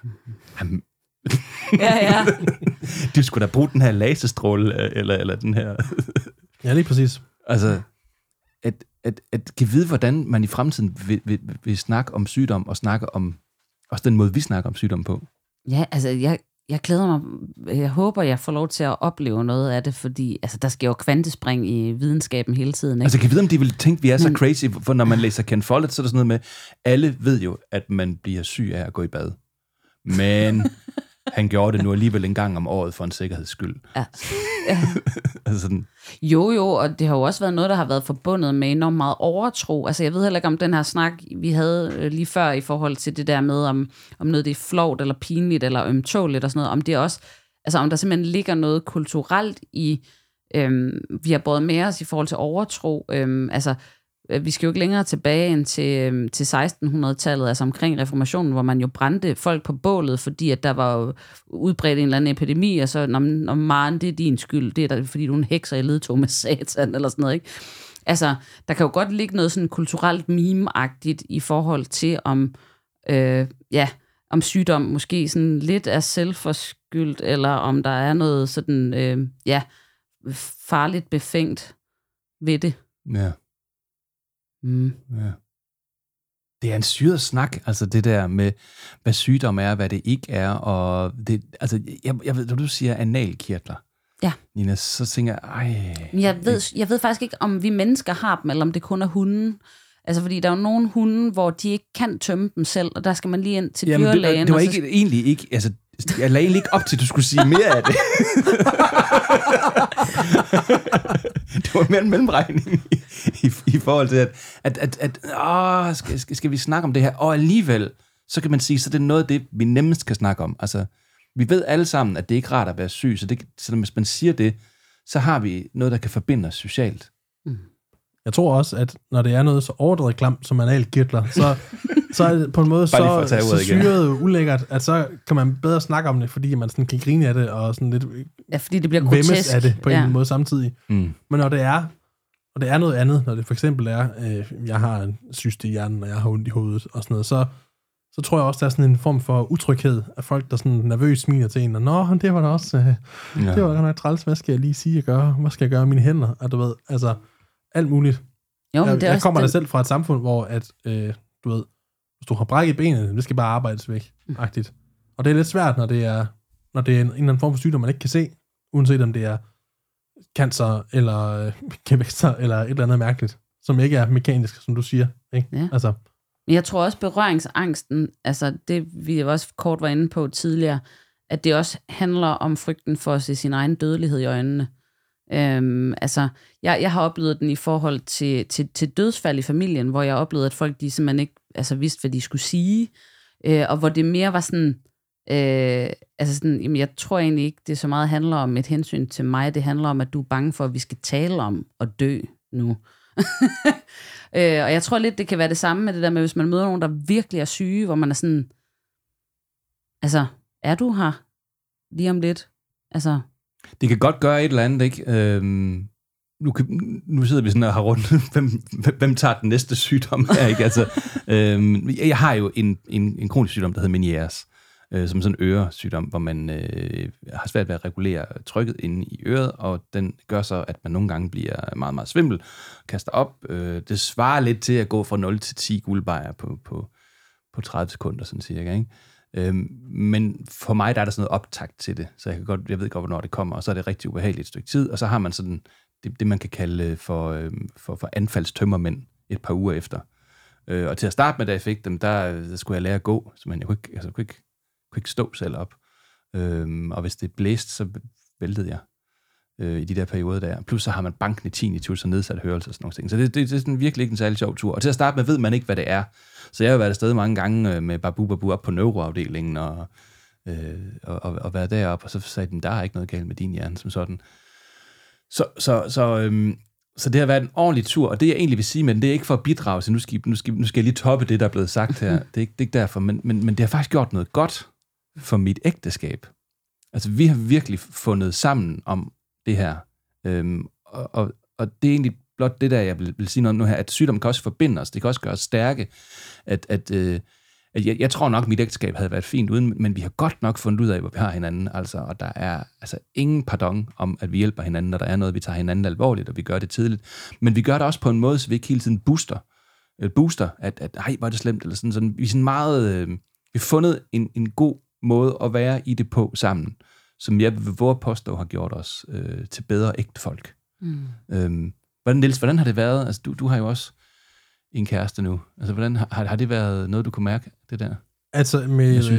Ja. Du skulle da bruge den her laserstråle, eller den her... Ja, lige præcis. Altså, at kan vide, hvordan man i fremtiden vil snakke om sygdom, og snakke om også den måde, vi snakker om sygdom på. Ja, altså, jeg glæder mig. Jeg håber, jeg får lov til at opleve noget af det, fordi altså, der sker jo kvantespring i videnskaben hele tiden. Ikke? Altså, kan jeg vide, om de vil tænke, vi er så crazy, for når man læser Ken Follett, så er der sådan noget med, alle ved jo, at man bliver syg af at gå i bad. Men han gjorde det nu alligevel en gang om året for en sikkerheds skyld. Ja. Altså sådan. Jo, og det har jo også været noget, der har været forbundet med enormt meget overtro. Altså, jeg ved heller ikke, om den her snak, vi havde lige før i forhold til det der med, om noget det er flovt eller pinligt eller ømtåligt og sådan noget, om det også, altså om der simpelthen ligger noget kulturelt i, vi har båret med os i forhold til overtro. Altså, vi skal jo ikke længere tilbage end til 1600-tallet, altså omkring reformationen, hvor man jo brændte folk på bålet, fordi at der var udbredt en eller anden epidemi, og så, når Maren, det er din skyld, det er der, fordi du er en hekser i ledtog med satan, eller sådan noget, ikke? Altså, der kan jo godt ligge noget sådan kulturelt meme-agtigt i forhold til, om sygdom måske sådan lidt er selvforskyldt, eller om der er noget sådan, farligt befængt ved det. Ja. Ja. Det er en syret snak, altså det der med, hvad sygdom er, hvad det ikke er, og det, altså, jeg ved, når du siger analkirtler, ja. Nina, så tænker jeg, jeg ved faktisk ikke, om vi mennesker har dem, eller om det kun er hunden. Altså, fordi der er jo nogle hunde, hvor de ikke kan tømme dem selv, og der skal man lige ind til dyrlægen. Det var ikke, egentlig ikke, altså, jeg lagde egentlig ikke op til, at du skulle sige mere af det. Det var mere en mellemregning i forhold til, skal vi snakke om det her? Og alligevel, så kan man sige, så det er noget af det, vi nemmest kan snakke om. Altså, vi ved alle sammen, at det ikke er rart at være syg, så hvis man siger det, så har vi noget, der kan forbinde os socialt. Jeg tror også, at når det er noget så overdrevet klamt som analkirtler, så er det på en måde så syret og ulækkert, at så kan man bedre snakke om det, fordi man sådan kan grine af det, og sådan lidt fordi det bliver grotesk af det på en måde samtidig. Men når det er noget andet, når det for eksempel er, jeg har en cyste i hjernen, og jeg har ondt i hovedet og sådan noget, så tror jeg også, der er sådan en form for utryghed af folk, der sådan nervøst smiler til en, og nå, det var da også, det var da nok træls, hvad skal jeg lige sige, hvad skal jeg gøre med mine hænder, og du ved, altså alt muligt. Jo, men jeg kommer da selv fra et samfund, hvor at, du ved, hvis du har brækket benet, det skal bare arbejdes væk. Agtigt. Og det er lidt svært, når det er en eller anden form for sygdom, man ikke kan se, uanset om det er cancer, eller kæmester, eller et eller andet mærkeligt, som ikke er mekanisk, som du siger. Ikke? Ja. Altså. Jeg tror også, berøringsangsten, altså det vi også kort var inde på tidligere, at det også handler om frygten for at se sin egen dødelighed i øjnene. Altså, jeg har oplevet den i forhold til dødsfald i familien, hvor jeg oplevede, at folk de simpelthen ikke vidste, hvad de skulle sige, og hvor det mere var sådan, jamen, jeg tror egentlig ikke, det så meget handler om et hensyn til mig, det handler om, at du er bange for, at vi skal tale om at dø nu. Og jeg tror lidt, det kan være det samme med det der med, hvis man møder nogen, der virkelig er syge, hvor man er sådan, altså, er du her lige om lidt? Altså. Det kan godt gøre et eller andet, ikke? Nu sidder vi sådan og har rundt, hvem tager den næste sygdom her, ikke? Altså, jeg har jo en kronisk sygdom, der hedder Meniere's, som sådan en øresygdom, hvor man har svært ved at regulere trykket inde i øret, og den gør så, at man nogle gange bliver meget, meget svimmel, kaster op. Det svarer lidt til at gå fra 0 til 10 guldbajer på 30 sekunder, sådan cirka, ikke? Men for mig, der er der sådan noget optakt til det, så jeg ved godt, hvornår det kommer, og så er det rigtig ubehageligt et stykke tid, og så har man sådan det man kan kalde for anfaldstømmermænd et par uger efter. Og til at starte med, da jeg fik dem, der skulle jeg lære at gå, så jeg kunne ikke stå selv op. Og hvis det blæste, så væltede jeg i de der perioder der. Plus så har man bankende tinnitus og nedsat hørelse og sådan nogle ting. Så det er sådan virkelig ikke en særlig sjov tur. Og til at starte med ved man ikke, hvad det er. Så jeg har været afsted mange gange med babu op på neuroafdelingen og været deroppe, og så sagde de, der er ikke noget galt med din hjerne som sådan. Så det har været en ordentlig tur, og det jeg egentlig vil sige, men det er ikke for at bidrage, så nu skal jeg lige toppe det, der er blevet sagt her. Det er ikke derfor, men det har faktisk gjort noget godt for mit ægteskab. Altså, vi har virkelig fundet sammen om det her. Og det er egentlig blot det der, jeg vil sige noget om nu her, at sygdom kan også forbinde os, det kan også gøre os stærke, at jeg tror nok, mit ægteskab havde været fint uden, men vi har godt nok fundet ud af, hvor vi har hinanden, altså, og der er altså ingen pardon om, at vi hjælper hinanden, når der er noget, vi tager hinanden alvorligt, og vi gør det tidligt. Men vi gør det også på en måde, så vi ikke hele tiden booster, at ej, hvor er det slemt, eller sådan. Vi er sådan meget, vi har fundet en god måde at være i det på sammen, som jeg ved vores påstå har gjort os til bedre ægtefolk. Niels, hvordan har det været? Altså, du har jo også en kæreste nu. Altså, hvordan har det været noget, du kunne mærke, det der? Altså,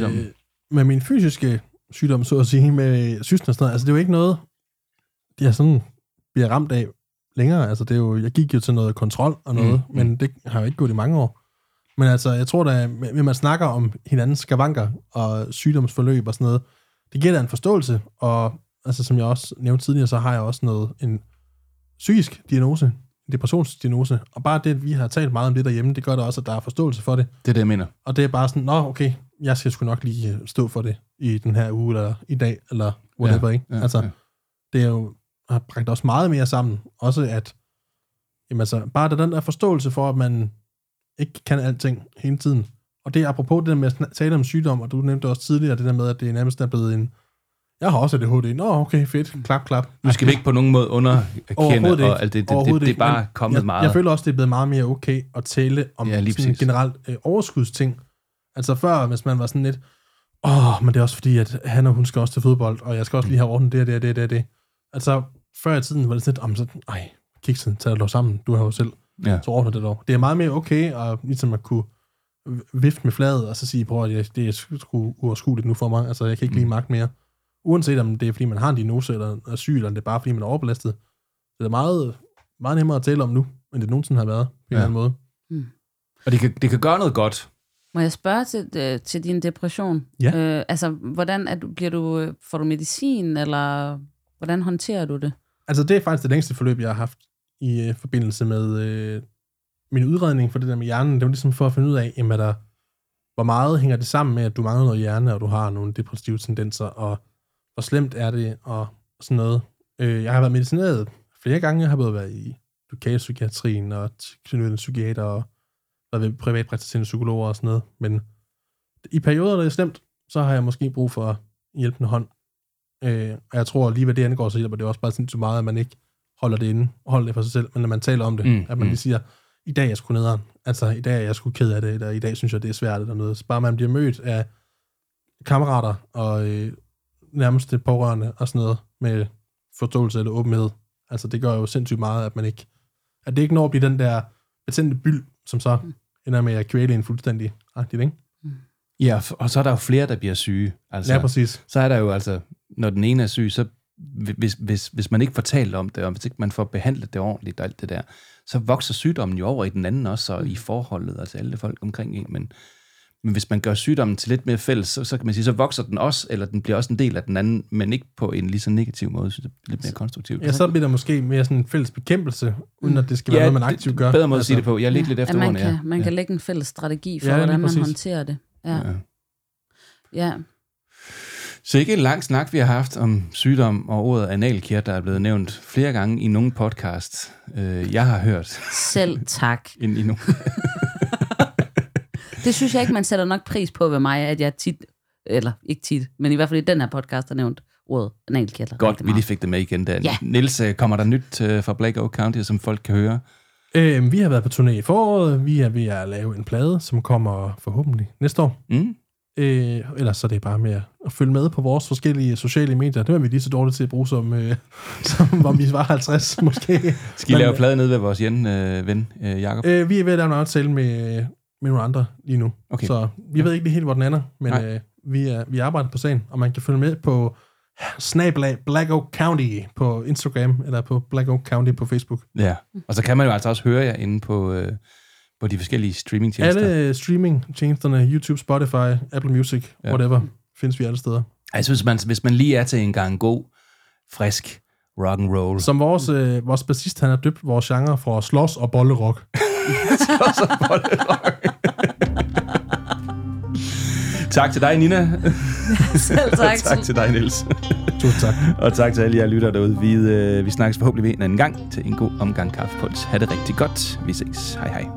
med min fysiske sygdom, så at sige, med systen og sådan noget, altså, det er jo ikke noget, jeg sådan bliver ramt af længere. Altså, det er jo, jeg gik jo til noget kontrol og noget, men det har jo ikke gået i mange år. Men altså, jeg tror da, når man snakker om hinandens skavanker og sygdomsforløb og sådan noget, det giver da en forståelse, og altså, som jeg også nævnte tidligere, så har jeg også en psykisk diagnose, en depressionsdiagnose, og bare det, at vi har talt meget om det derhjemme, det gør da også, at der er forståelse for det. Det er det, jeg mener. Og det er bare sådan, okay, jeg skal sgu nok lige stå for det i den her uge, eller i dag, eller whatever, ikke? Altså, det er jo, har bragt os meget mere sammen, også at, jamen altså, bare den der forståelse for, at man ikke kan alting hele tiden. Og det er apropos det der med at tale om sygdom, og du nævnte også tidligere det der med, at det nærmest er blevet en, jeg har også ADHD. Okay, fedt. Klap. Nu skal vi ikke på nogen måde underkende, og alt det er bare kommet meget. Jeg føler også, det er blevet meget mere okay at tale om sådan generelt overskudsting. Altså før, hvis man var sådan lidt, men det er også fordi, at han og hun skal også til fodbold, og jeg skal også lige have ordnet det. Altså før i tiden var det sådan lidt, kiksen, tag dig dog sammen, du har jo selv, så ordner det dog. Det er meget mere okay, og ligesom at kunne vifte med fladet, og så sige, bror, det er sgu uoverskueligt nu for mig, altså jeg kan ikke lige magte mere. Uanset om det er, fordi man har en diagnose, eller er syg, eller det er bare, fordi man er overbelastet. Det er meget, meget nemmere at tale om nu, end det nogensinde har været, på en eller anden måde. Og det kan gøre noget godt. Må jeg spørge til din depression? Ja. Altså, hvordan får du medicin, eller hvordan håndterer du det? Altså, det er faktisk det længste forløb, jeg har haft i forbindelse med min udredning for det der med hjernen. Det var ligesom for at finde ud af, hvor meget hænger det sammen med, at du mangler noget hjerne, og du har nogle depressive tendenser, og hvor slemt er det, og sådan noget. Jeg har været medicineret flere gange. Jeg har både været i lokalpsykiatrien, og knyttet en psykiater, og været ved privatpraktiserende psykologer og sådan noget. Men i perioder, der er slemt, så har jeg måske brug for hjælpende hånd. Og jeg tror, lige hvad det angår, så hjælper det også bare sindssygt meget, at man ikke holder det inde, og holder det for sig selv, men når man taler om det, at man lige siger, i dag er jeg sgu nederen. Altså, i dag er jeg sgu ked af det, eller i dag synes jeg, det er svært eller noget. Så bare man bliver mødt af kammerater og nærmeste pårørende og sådan noget med forståelse eller åbenhed. Altså, det gør jo sindssygt meget, at det ikke når at blive den der betændte byld, som så ender med at kvæle en fuldstændig agtigt, ikke? Ja, og så er der jo flere, der bliver syge. Altså, ja, præcis. Så er der jo altså, når den ene er syg, så hvis man ikke får talt om det, og hvis ikke man får behandlet det ordentligt og alt det der, så vokser sygdommen jo over i den anden også, og i forholdet, altså alle folk omkring en. Men hvis man gør sygdommen til lidt mere fælles, så kan man sige, så vokser den også, eller den bliver også en del af den anden, men ikke på en lige så negativ måde, så det bliver lidt mere konstruktivt. Ja, så bliver der måske mere sådan en fælles bekæmpelse, uden at det skal være noget, man aktivt gør. Bedre måde at sige det på. Jeg ligger lidt efter ordene. Man kan lægge en fælles strategi for, hvordan man håndterer det. Ja. Så ikke en lang snak, vi har haft om sygdom og ordet analkirtel, der er blevet nævnt flere gange i nogle podcast, jeg har hørt. Selv tak. Ind i nogle. Det synes jeg ikke, man sætter nok pris på ved mig, at jeg tit, eller ikke tit, men i hvert fald i den her podcast har nævnt ordet analkirtel. Godt, vi lige fik det med igen der. Ja. Niels, kommer der nyt fra Black Oak County, som folk kan høre? Vi har været på turné i foråret. Vi er ved at lave en plade, som kommer forhåbentlig næste år. Ellers så er det bare med at følge med på vores forskellige sociale medier. Det er vi lige så dårligt til at bruge, som hvor vi var 50 måske. Skal I lave plade nede ved vores ven, Jakob? Vi er ved at lave en aftale med nogle andre lige nu. Okay. Så vi ved ikke lige helt, hvor den ender, men vi arbejder på sagen, og man kan følge med på @Black Oak County på Instagram, eller på Black Oak County på Facebook. Ja, og så kan man jo altså også høre jer inde på de forskellige streamingtjenester. Alle streamingtjenesterne, YouTube, Spotify, Apple Music, whatever, findes vi alle steder. Jeg synes, hvis man lige er til en gang god, frisk rock and roll. Som vores bassist, han har døbt vores genre fra slås og bollerock. Slås og bollerock. Tak til dig, Nina. Selv tak. Og tak til dig, Niels. Tusind tak. Og tak til alle jer lytter derude. Vi snakkes forhåbentlig en anden gang til en god omgang kaffepuls. Ha' det rigtig godt. Vi ses. Hej hej.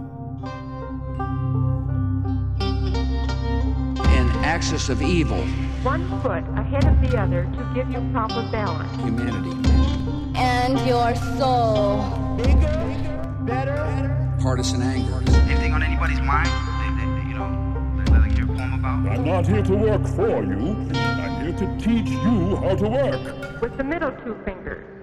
An axis of evil. One foot ahead of the other to give you proper balance. Humanity. And your soul. Bigger, better. Partisan anger. Anything on anybody's mind? Like your poem about? I'm not here to work for you. I'm here to teach you how to work. With the middle two fingers.